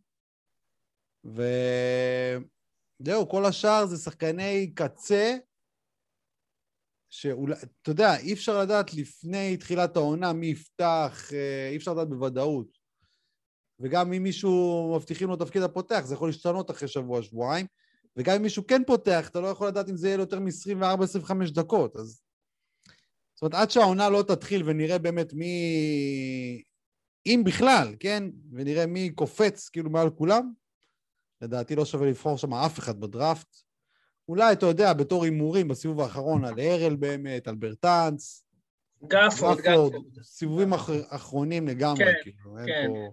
וזהו, כל השאר זה שחקני קצה, שאולי, אתה יודע, אי אפשר לדעת לפני תחילת העונה מי יפתח, אי אפשר לדעת בוודאות. וגם אם מישהו מבטיחים לו תפקיד הפותח, זה יכול להשתנות אחרי שבוע, שבועיים, וגם אם מישהו כן פותח, אתה לא יכול לדעת אם זה יהיה לו יותר מ-עשרים וארבע עד עשרים וחמש דקות, אז... זאת אומרת, עד שהעונה לא תתחיל ונראה באמת מי... אם בכלל, כן? ונראה מי קופץ כאילו מעל כולם, לדעתי לא שווה לבחור שם אף אחד בדראפט. אולי, אתה יודע, בתור הימורים בסיבוב האחרון, על הרל באמת, על ברטנס, גפורד, גפורד. סיבובים אחרונים לגמרי, כן, כאילו, כן. אין פה...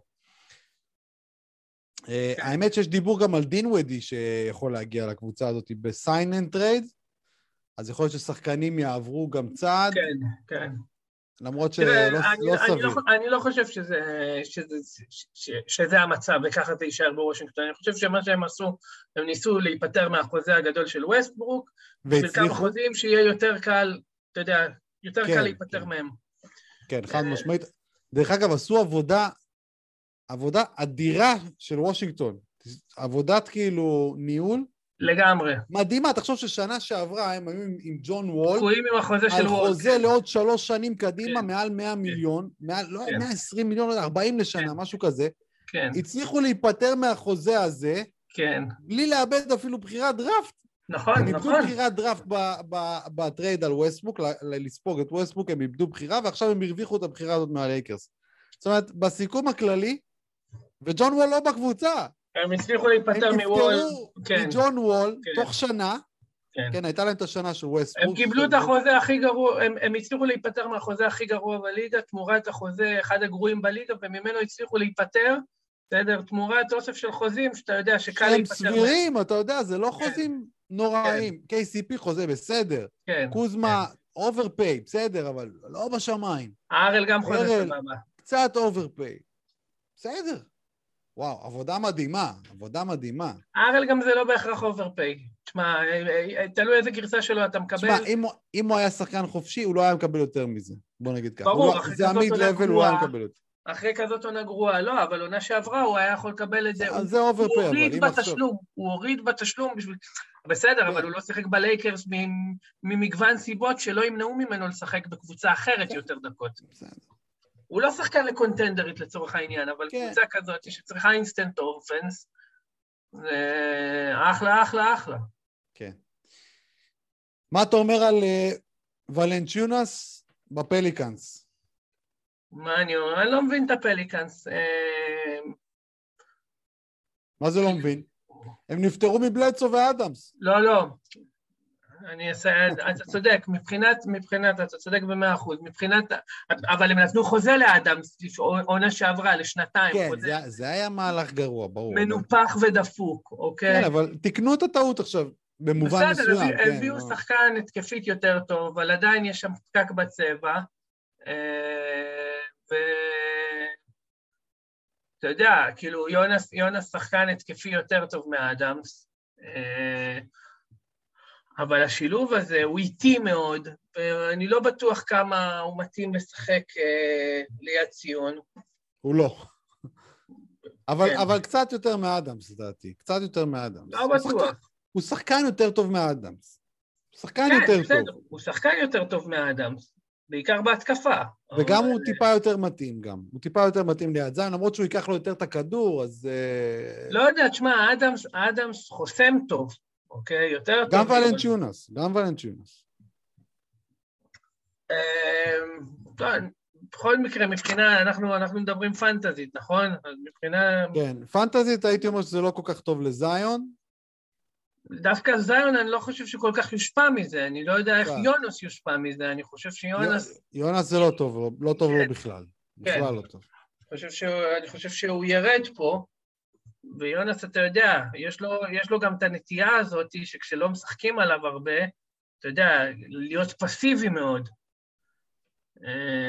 האמת שיש דיבור גם על דין וודי שיכול להגיע לקבוצה הזאת בסיין אנד טרייד, אז יכול להיות ששחקנים יעברו גם צעד. כן, כן. למרות שלא סביר. אני לא חושב שזה המצב, וככה זה יישאר בוושינגטון. אני חושב שמה שהם עשו, הם ניסו להיפטר מהחוזה הגדול של ווסטברוק, בשביל כמה חוזים שיהיה יותר קל, אתה יודע, יותר קל להיפטר מהם. כן, חד משמעית. דרך אגב, עשו עבודה, עבודה אדירה של וושינגטון. עבודת כאילו ניהול, לגמרי. מדהימה, תחשוב ששנה שעברה הם היו עם, עם ג'ון וול, תקועים עם החוזה של על וול. חוזה כן. לעוד שלוש שנים קדימה, כן. מעל מאה מיליון, מעל, לא, כן. מאה ועשרים מיליון, ארבעים לשנה, כן. משהו כזה. כן. הצליחו להיפטר מהחוזה הזה, כן. בלי לאבד אפילו בחירת דראפט. נכון, הם נכון. איבדו בחירת דראפט בטרייד על ווסטבוק, לספוג את ווסטבוק, הם איבדו בחירה, ועכשיו הם הרוויחו את הבחירה הזאת מהלייקרס. זאת אומרת, בסיכום הכללי, וג'ון וול לא בקבוצה. הם הצליחו להיפטר מוול. הם נפטרו מג'ון וול תוך שנה, כן, הייתה להם את השנה של ווסטבוק. הם קיבלו את החוזה הכי גרוע, הם הצליחו להיפטר מהחוזה הכי גרוע בליגה, תמורת החוזה אחד הגרועים בליגה, וממנו הצליחו להיפטר, בסדר, תמורת אוסף של חוזים, שאתה יודע שקל להיפטר. שהם סבירים, אתה יודע, זה לא חוזים נוראים. קיי סי פי חוזה בסדר. קוזמה, אוברפיי, בסדר, אבל לא בשמיים. הארל גם חוזה סבבה. קצת אוברפיי. בסדר. וואו, עבודה מדהימה, עבודה מדהימה. הארל גם זה לא בהכרח אוברפיי. תשמע, תלוי איזה גרסה שלו אתה מקבל. תשמע, אם, אם הוא היה שחקן חופשי, הוא לא היה מקבל יותר מזה. בוא נגיד ככה. ברור, לא, זה המיד לבל, הוא היה מקבל יותר. אחרי כזאת עונה גרועה, לא, אבל עונה שעברה הוא היה יכול לקבל את זה. אז זה אוברפיי, אבל הוא הוריד בתשלום, הוא הוריד בתשלום בשביל... בסדר, אבל הוא לא שיחק בלייקרס ממגוון סיבות שלא ימנעו ממנו לשחק בקבוצה אחרת יותר דקות. בסדר. הוא לא שחקן לקונטנדרית לצורך העניין, אבל כן. קבוצה כזאת שצריכה אינסטנט אופנס, זה אחלה, אחלה, אחלה. כן. מה אתה אומר על uh, ולנצ'יונס בפליקנס? מה אני אומר? אני לא מבין את הפליקנס. מה זה לא מבין? הם נפטרו מבלדסו ואדמס. לא, לא. אני אעשה, אתה צודק, מבחינת, מבחינת, אתה צודק במאה אחוז, מבחינת, אבל הם נתנו חוזה לאדמס, עונה שעברה, לשנתיים. כן, זה, זה היה מהלך גרוע, ברור. מנופח ודפוק, אוקיי? כן, אבל תקנו את הטעות עכשיו, במובן מסוים. בסדר, הביאו שחקן התקפית יותר טוב, אבל עדיין יש שם פקק בצבע, ו... אתה יודע, כאילו, יונס, יונס שחקן התקפי יותר טוב מאדמס, אבל השילוב הזה הוא איטי מאוד, ואני לא בטוח כמה הוא מתאים לשחק אה, ליד ציון. הוא לא. אבל, כן. אבל קצת יותר מאדמס, לדעתי. קצת יותר מאדמס. לא בטוח. הוא שחקן, הוא שחקן יותר טוב מאדמס. הוא שחקן כן, יותר בסדר. טוב. הוא שחקן יותר טוב מאדמס, בעיקר בהתקפה. וגם אבל... הוא טיפה יותר מתאים גם. הוא טיפה יותר מתאים ליד זין, למרות שהוא ייקח לו יותר את הכדור, אז... לא יודע, תשמע, אדמס, אדמס חוסם טוב. אוקיי, יותר טוב. גם ולנצ'יונס, גם ולנצ'יונס. בכל מקרה, מבחינה, אנחנו, אנחנו מדברים פנטזית, נכון? מבחינה... כן, פנטזית הייתי אומר שזה לא כל כך טוב לזיון. דווקא זיון אני לא חושב שכל כך יושפע מזה, אני לא יודע איך יונס יושפע מזה, אני חושב שיונס... יונס זה לא טוב, לא טוב לו בכלל. בכלל לא טוב. אני חושב שהוא ירד פה, ויונס, אתה יודע, יש לו, יש לו גם את הנטייה הזאת, שכשלא משחקים עליו הרבה, אתה יודע, להיות פסיבי מאוד.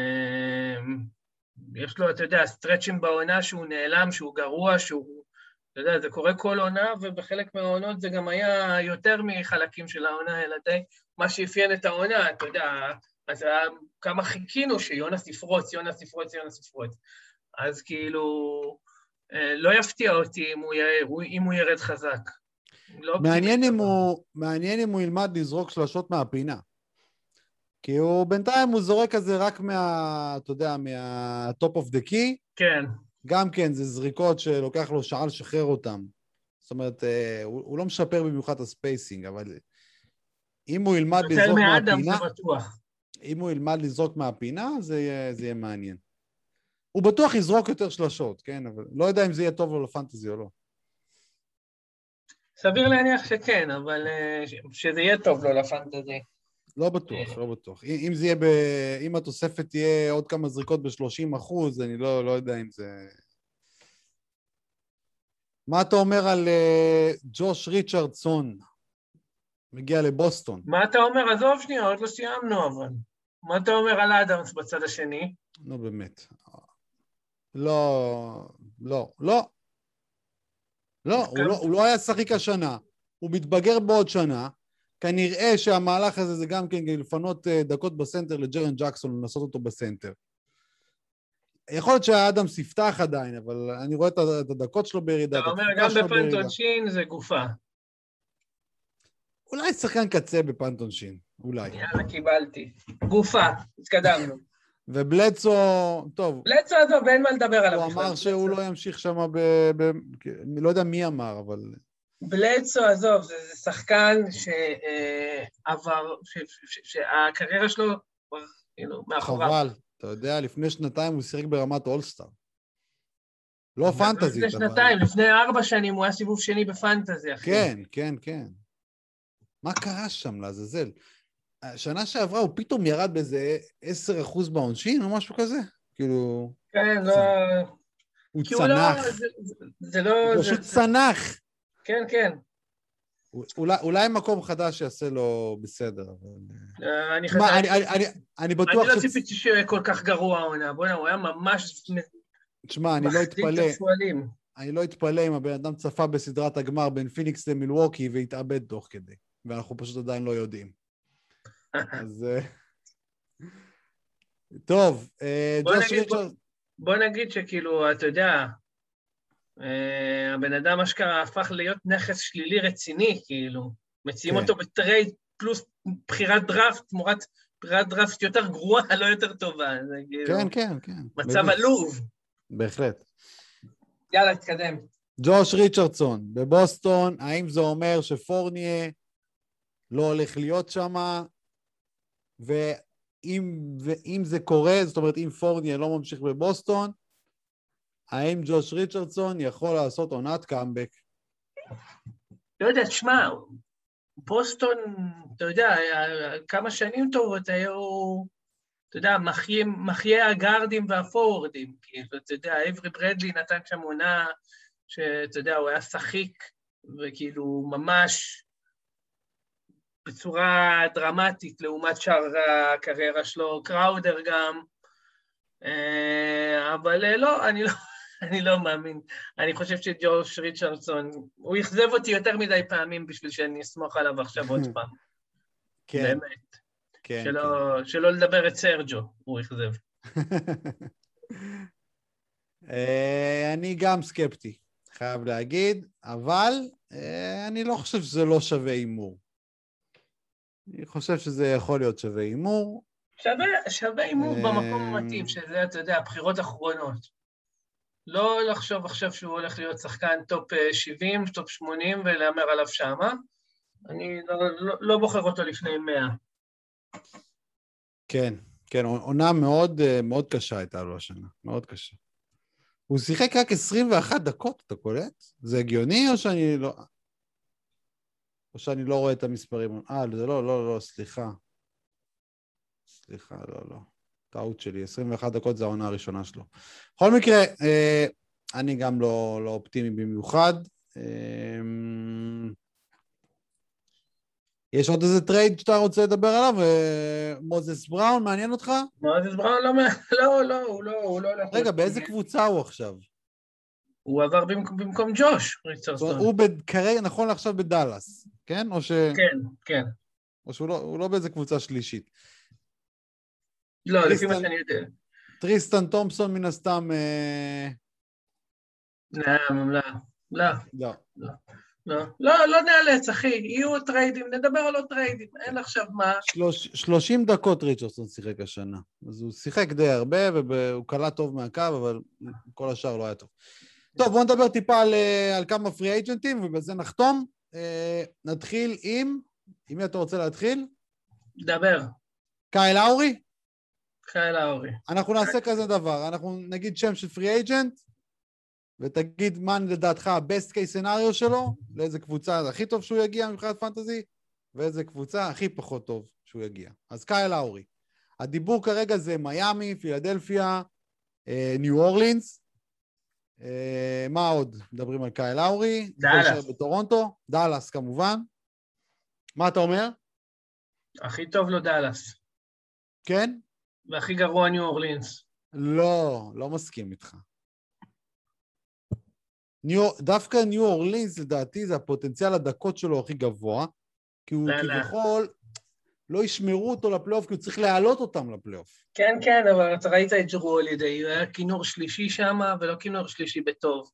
יש לו, אתה יודע, סטרצ'ים בעונה שהוא נעלם, שהוא גרוע, שהוא, אתה יודע, זה קורה כל עונה, ובחלק מהעונות זה גם היה יותר מחלקים של העונה, אלא די מה שאפיין את העונה, אתה יודע, אז היה כמה חיכינו שיונס יפרוץ, יונס יפרוץ, יונס יפרוץ. אז כאילו, לא יפתיע אותי אם הוא, אם הוא ירד חזק. לא מעניין, אם הוא, מעניין אם הוא ילמד לזרוק שלשות מהפינה. כי הוא בינתיים הוא זורק כזה רק מה, אתה יודע, מה-top of the key. כן. גם כן, זה זריקות שלוקח לו שעה לשחרר אותם. זאת אומרת, הוא, הוא לא משפר במיוחד הספייסינג, אבל אם הוא ילמד לזרוק מהפינה, אם הוא ילמד לזרוק מהפינה, זה יהיה, זה יהיה מעניין. הוא בטוח יזרוק יותר שלשות, כן? אבל לא יודע אם זה יהיה טוב לו לפנטזי או לא. סביר להניח שכן, אבל שזה יהיה טוב לו לפנטזי. לא בטוח, לא בטוח. אם זה יהיה ב... אם התוספת תהיה עוד כמה זריקות ב-שלושים אחוז, אני לא, לא יודע אם זה... מה אתה אומר על uh, ג'וש ריצ'רדסון? מגיע לבוסטון. מה אתה אומר? עזוב שנייה, עוד לא סיימנו, אבל. מה אתה אומר על אדמס בצד השני? לא, באמת. לא, לא, לא. לא, הוא לא, הוא לא היה שחיק השנה. הוא מתבגר בעוד שנה. כנראה שהמהלך הזה זה גם כן לפנות דקות בסנטר לג'רן ג'קסון, לנסות אותו בסנטר. יכול להיות שהאדמס יפתח עדיין, אבל אני רואה את הדקות שלו בירידה. אתה אומר, גם בפנטונשין זה גופה. אולי שחקן קצה בפנטונשין, אולי. יאללה, קיבלתי. גופה, התקדמנו. ובלצו, טוב. בלצו עזוב, אין מה לדבר עליו. הוא אמר שהוא לא ימשיך שם ב... לא יודע מי אמר, אבל... בלצו, עזוב, זה, זה שחקן שעבר, שהקריירה שלו כאילו, מאחוריו. חבל, אתה יודע, לפני שנתיים הוא שיחק ברמת אולסטאר. לא פנטזית, לפני שנתיים, לפני ארבע שנים הוא היה סיבוב שני בפנטזי, אחי. כן, כן, כן. מה קרה שם לעזאזל? השנה שעברה הוא פתאום ירד באיזה עשרה אחוז בעונשין או משהו כזה? כאילו... כן, לא... הוא צנח. זה לא... הוא פשוט צנח. כן, כן. אולי מקום חדש יעשה לו בסדר. אני אני בטוח... אני לא ציפיתי שיהיה כל כך גרוע העונה. בוא'נה, הוא היה ממש... תשמע, אני לא אתפלא. אני לא אתפלא אם הבן אדם צפה בסדרת הגמר בין פיניקס למילווקי והתאבד תוך כדי. ואנחנו פשוט עדיין לא יודעים. אז... טוב, ג'וש ריצ'רד... בוא נגיד שכאילו, אתה יודע, הבן אדם אשכרה הפך להיות נכס שלילי רציני, כאילו. מציעים אותו בטרייד פלוס בחירת דראפט, תמורת בחירת דראפט יותר גרועה, לא יותר טובה. כן, כן, כן. מצב עלוב. בהחלט. יאללה, תתקדם. ג'וש ריצ'רדסון, בבוסטון, האם זה אומר שפורניה לא הולך להיות שם, ואם, ואם זה קורה, זאת אומרת, אם פורניה לא ממשיך בבוסטון, האם ג'וש ריצ'רדסון יכול לעשות עונת קאמבק? לא יודע, תשמע, בוסטון, אתה יודע, כמה שנים טובות היו, אתה יודע, מחיי הגארדים והפורורדים, כאילו, אתה יודע, אברי ברדלי נתן שם עונה, שאתה יודע, הוא היה שחיק, וכאילו ממש בצורה דרמטית, לעומת שאר הקריירה שלו, קראודר גם, אבל לא, אני לא, אני לא מאמין. אני חושב שג'וש ריצ'רדסון, הוא יחזב אותי יותר מדי פעמים בשביל שאני אסמוך עליו עכשיו עוד פעם. כן. באמת. כן, שלא, כן. שלא לדבר את סרג'ו, הוא יחזב. אני גם סקפטי, חייב להגיד, אבל אני לא חושב שזה לא שווה אימור. אני חושב שזה יכול להיות שווה אימור. שווה, שווה אימור במקום המתאים, שזה, אתה יודע, הבחירות האחרונות. לא לחשוב עכשיו שהוא הולך להיות שחקן טופ שבעים, טופ שמונים, ולאמר עליו שמה. אני לא, לא, לא בוחר אותו לפני מאה. כן, כן, עונה מאוד, מאוד קשה הייתה לו השנה, מאוד קשה. הוא שיחק רק עשרים ואחת דקות, אתה קולט? זה הגיוני או שאני לא... או שאני לא רואה את המספרים? אה, זה לא, לא, לא, סליחה. סליחה, לא, לא. טעות שלי, עשרים ואחת דקות זה העונה הראשונה שלו. בכל מקרה, אני גם לא, לא אופטימי במיוחד. יש עוד איזה טרייד שאתה רוצה לדבר עליו? מוזס בראון, מעניין אותך? מוזס בראון לא, לא, לא, הוא לא, הוא לא... רגע, באיזה קבוצה הוא עכשיו? הוא עבר במקום, במקום ג'וש ריצ'רדסון. הוא כרגע, נכון עכשיו בדלס, כן? או ש... כן, כן. או שהוא לא, הוא לא באיזה קבוצה שלישית. לא, טריסטן, לפי מה שאני יודע. טריסטן תומפסון מן הסתם... אה... לא, לא, לא. לא. לא. לא, לא, לא נאלץ, אחי, יהיו טריידים, נדבר על עוד טריידים, אין עכשיו מה. שלוש, שלושים דקות ריצ'רדסון שיחק השנה, אז הוא שיחק די הרבה, והוא קלה טוב מהקו, אבל כל השאר לא היה טוב. טוב, בואו נדבר טיפה על, על כמה פרי אייג'נטים, ובזה נחתום. נתחיל עם, עם מי אתה רוצה להתחיל? דבר. קייל לאורי? קייל לאורי. אנחנו נעשה כזה דבר, אנחנו נגיד שם של פרי אייג'נט, ותגיד מה לדעתך ה-best case scenario שלו, לאיזה קבוצה הכי טוב שהוא יגיע מבחינת פנטזי, ואיזה קבוצה הכי פחות טוב שהוא יגיע. אז קייל לאורי. הדיבור כרגע זה מיאמי, פילדלפיה, ניו אורלינס. מה עוד? מדברים על קייל לאורי. דאלאס. בטורונטו. דאלאס כמובן. מה אתה אומר? הכי טוב לו דאלאס. כן? והכי גרוע ניו אורלינס. לא, לא מסכים איתך. ניו, דווקא ניו אורלינס, לדעתי, זה הפוטנציאל הדקות שלו הכי גבוה, כי הוא כביכול לא ישמרו אותו לפלייאוף, כי הוא צריך להעלות אותם לפלייאוף. כן, כן, אבל אתה ראית את ג'רו הולידיי, הוא היה כינור שלישי שם, ולא כינור שלישי בטוב.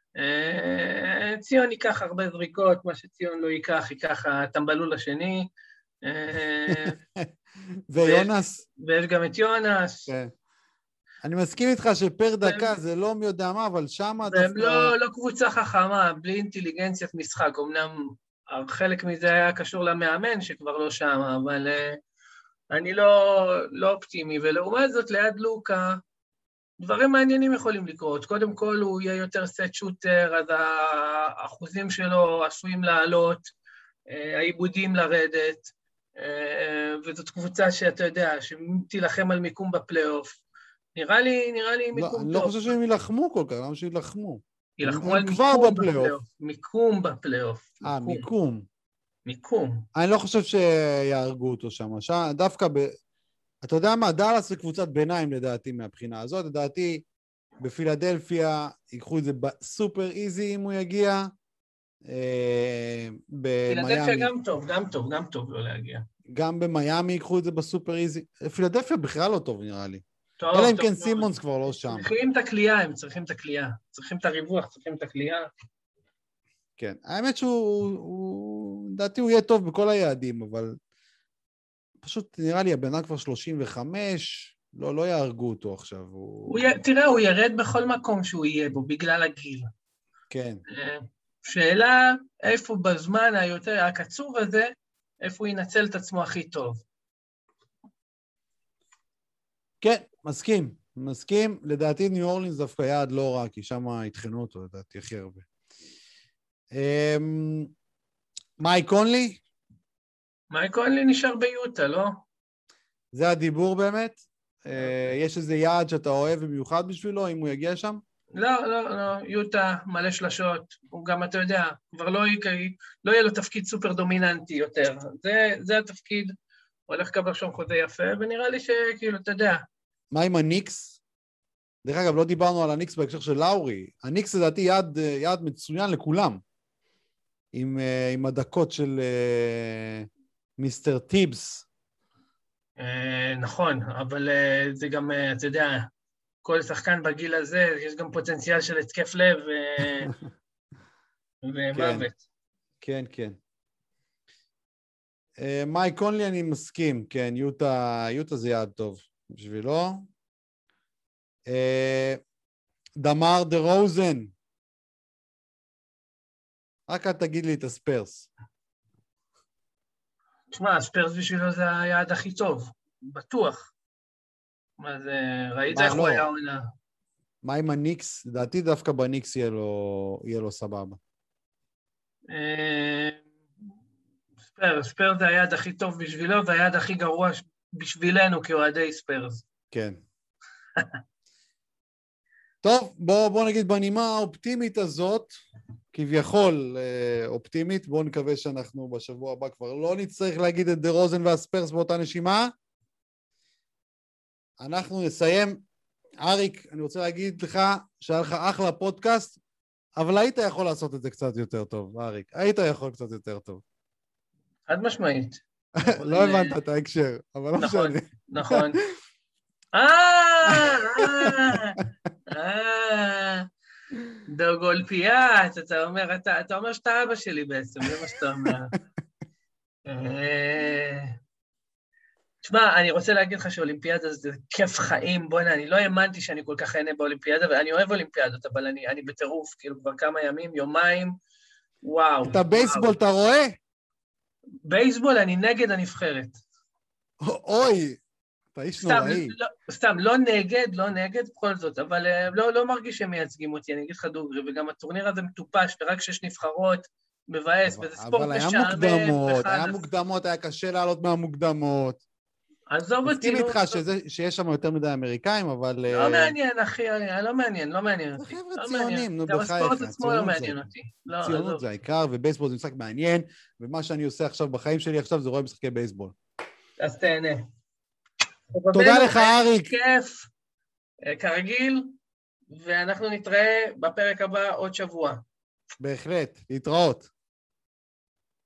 ציון ייקח הרבה זריקות, מה שציון לא ייקח, ייקח הטמבלול השני. ויונס? ויש גם את יונס. כן. אני מסכים איתך שפר דקה זה לא מי יודע מה, אבל שמה דווקא... והם לא, לא קבוצה חכמה, בלי אינטליגנציית משחק. אמנם חלק מזה היה קשור למאמן שכבר לא שם, אבל uh, אני לא, לא אופטימי. ולעומת זאת, ליד לוקה, דברים מעניינים יכולים לקרות. קודם כל, הוא יהיה יותר סט שוטר, אז האחוזים שלו עשויים לעלות, uh, העיבודים לרדת, uh, וזאת קבוצה שאתה יודע, שתילחם על מיקום בפלייאוף. נראה לי, נראה לי מיקום טוב. אני לא חושב שהם ילחמו כל כך, למה שילחמו? ילחמו על מיקום בפלייאוף. מיקום בפלייאוף. אה, מיקום. מיקום. אני לא חושב שיהרגו אותו שם. דווקא ב... אתה יודע מה? דאלאס זה קבוצת ביניים לדעתי מהבחינה הזאת. לדעתי בפילדלפיה ייקחו את זה בסופר איזי אם הוא יגיע. פילדלפיה גם טוב, גם טוב, גם טוב לא להגיע. גם במיימי ייקחו את זה בסופר איזי. פילדלפיה בכלל לא טוב נראה לי. טוב, אלא אם כן סימונס כבר לא שם. צריכים את הקליעה, הם צריכים את הקליעה. צריכים את הריווח, צריכים את הקליעה. כן, האמת שהוא, לדעתי הוא יהיה טוב בכל היעדים, אבל פשוט נראה לי הבן אדם כבר שלושים וחמש, לא, לא יהרגו אותו עכשיו. הוא... הוא י... תראה, הוא ירד בכל מקום שהוא יהיה בו, בגלל הגיל. כן. שאלה, איפה בזמן היותר, הקצוב הזה, איפה הוא ינצל את עצמו הכי טוב. כן, מסכים, מסכים. לדעתי ניו אורלינס דווקא יעד לא רע, כי שם התחנו אותו, לדעתי, הכי הרבה. מייק קונלי? מייק קונלי נשאר ביוטה, לא? זה הדיבור באמת? יש איזה יעד שאתה אוהב במיוחד בשבילו, אם הוא יגיע שם? לא, לא, לא, יוטה, מלא שלשות. הוא גם, אתה יודע, כבר לא לא יהיה לו תפקיד סופר דומיננטי יותר. זה, זה התפקיד. הולך לקבל שם חוזה יפה, ונראה לי שכאילו, אתה יודע. מה עם הניקס? דרך אגב, לא דיברנו על הניקס בהקשר של לאורי. הניקס לדעתי יעד, יעד מצוין לכולם. עם, עם הדקות של uh, מיסטר טיבס. Uh, נכון, אבל uh, זה גם, uh, אתה יודע, כל שחקן בגיל הזה, יש גם פוטנציאל של התקף לב uh, ומוות. כן, כן. Uh, מייק קונלי אני מסכים, כן, יוטה, יוטה זה יעד טוב בשבילו. Uh, דמר דה רוזן. רק אל תגיד לי את הספרס. תשמע, הספרס בשבילו זה היעד הכי טוב, בטוח. מה זה, ראית איך הוא היה עונה? מה עם הניקס? לדעתי דווקא בניקס יהיה לו, יהיה לו סבבה. ספרס, ספרס זה היעד הכי טוב בשבילו, והיעד הכי גרוע בשבילנו כאוהדי ספרס. כן. טוב, בוא, בוא נגיד בנימה האופטימית הזאת, כביכול אופטימית, בואו נקווה שאנחנו בשבוע הבא כבר לא נצטרך להגיד את דה רוזן והספרס באותה נשימה. אנחנו נסיים. אריק, אני רוצה להגיד לך שהיה לך אחלה פודקאסט, אבל היית יכול לעשות את זה קצת יותר טוב, אריק. היית יכול קצת יותר טוב. חד משמעית. לא הבנת את ההקשר, אבל לא משנה. נכון, נכון. אה, אה, אה, דוגולפיאט, אתה אומר, אתה אומר שאתה אבא שלי בעצם, זה מה שאתה אומר. תשמע, אני רוצה להגיד לך שאולימפיאדה זה כיף חיים, בוא'נה, אני לא האמנתי שאני כל כך אהנה באולימפיאדה, ואני אוהב אולימפיאדות, אבל אני, אני בטירוף, כאילו כבר כמה ימים, יומיים, וואו. את הבייסבול אתה רואה? בייסבול, אני נגד הנבחרת. אוי, אתה איש נוראי. לא, סתם, לא נגד, לא נגד, בכל זאת, אבל לא, לא מרגיש שהם מייצגים אותי, אני אגיד לך דוגרי, וגם הטורניר הזה מטופש, ורק שש נבחרות, מבאס, וזה ספורט משעמם. אבל היה מוקדמות, היה מוקדמות, היה קשה לעלות מהמוקדמות. עזוב אותי. מסכים איתך שיש שם יותר מדי אמריקאים, אבל... לא מעניין, אחי, לא מעניין, לא מעניין אותי. זה חבר'ה ציונים, נו בחייך. גם הספורט עצמו לא מעניין אותי. ציונות זה העיקר, ובייסבול זה משחק מעניין, ומה שאני עושה עכשיו בחיים שלי עכשיו זה רואה משחקי בייסבול. אז תהנה. תודה לך, אריק. כיף, כרגיל, ואנחנו נתראה בפרק הבא עוד שבוע. בהחלט, להתראות.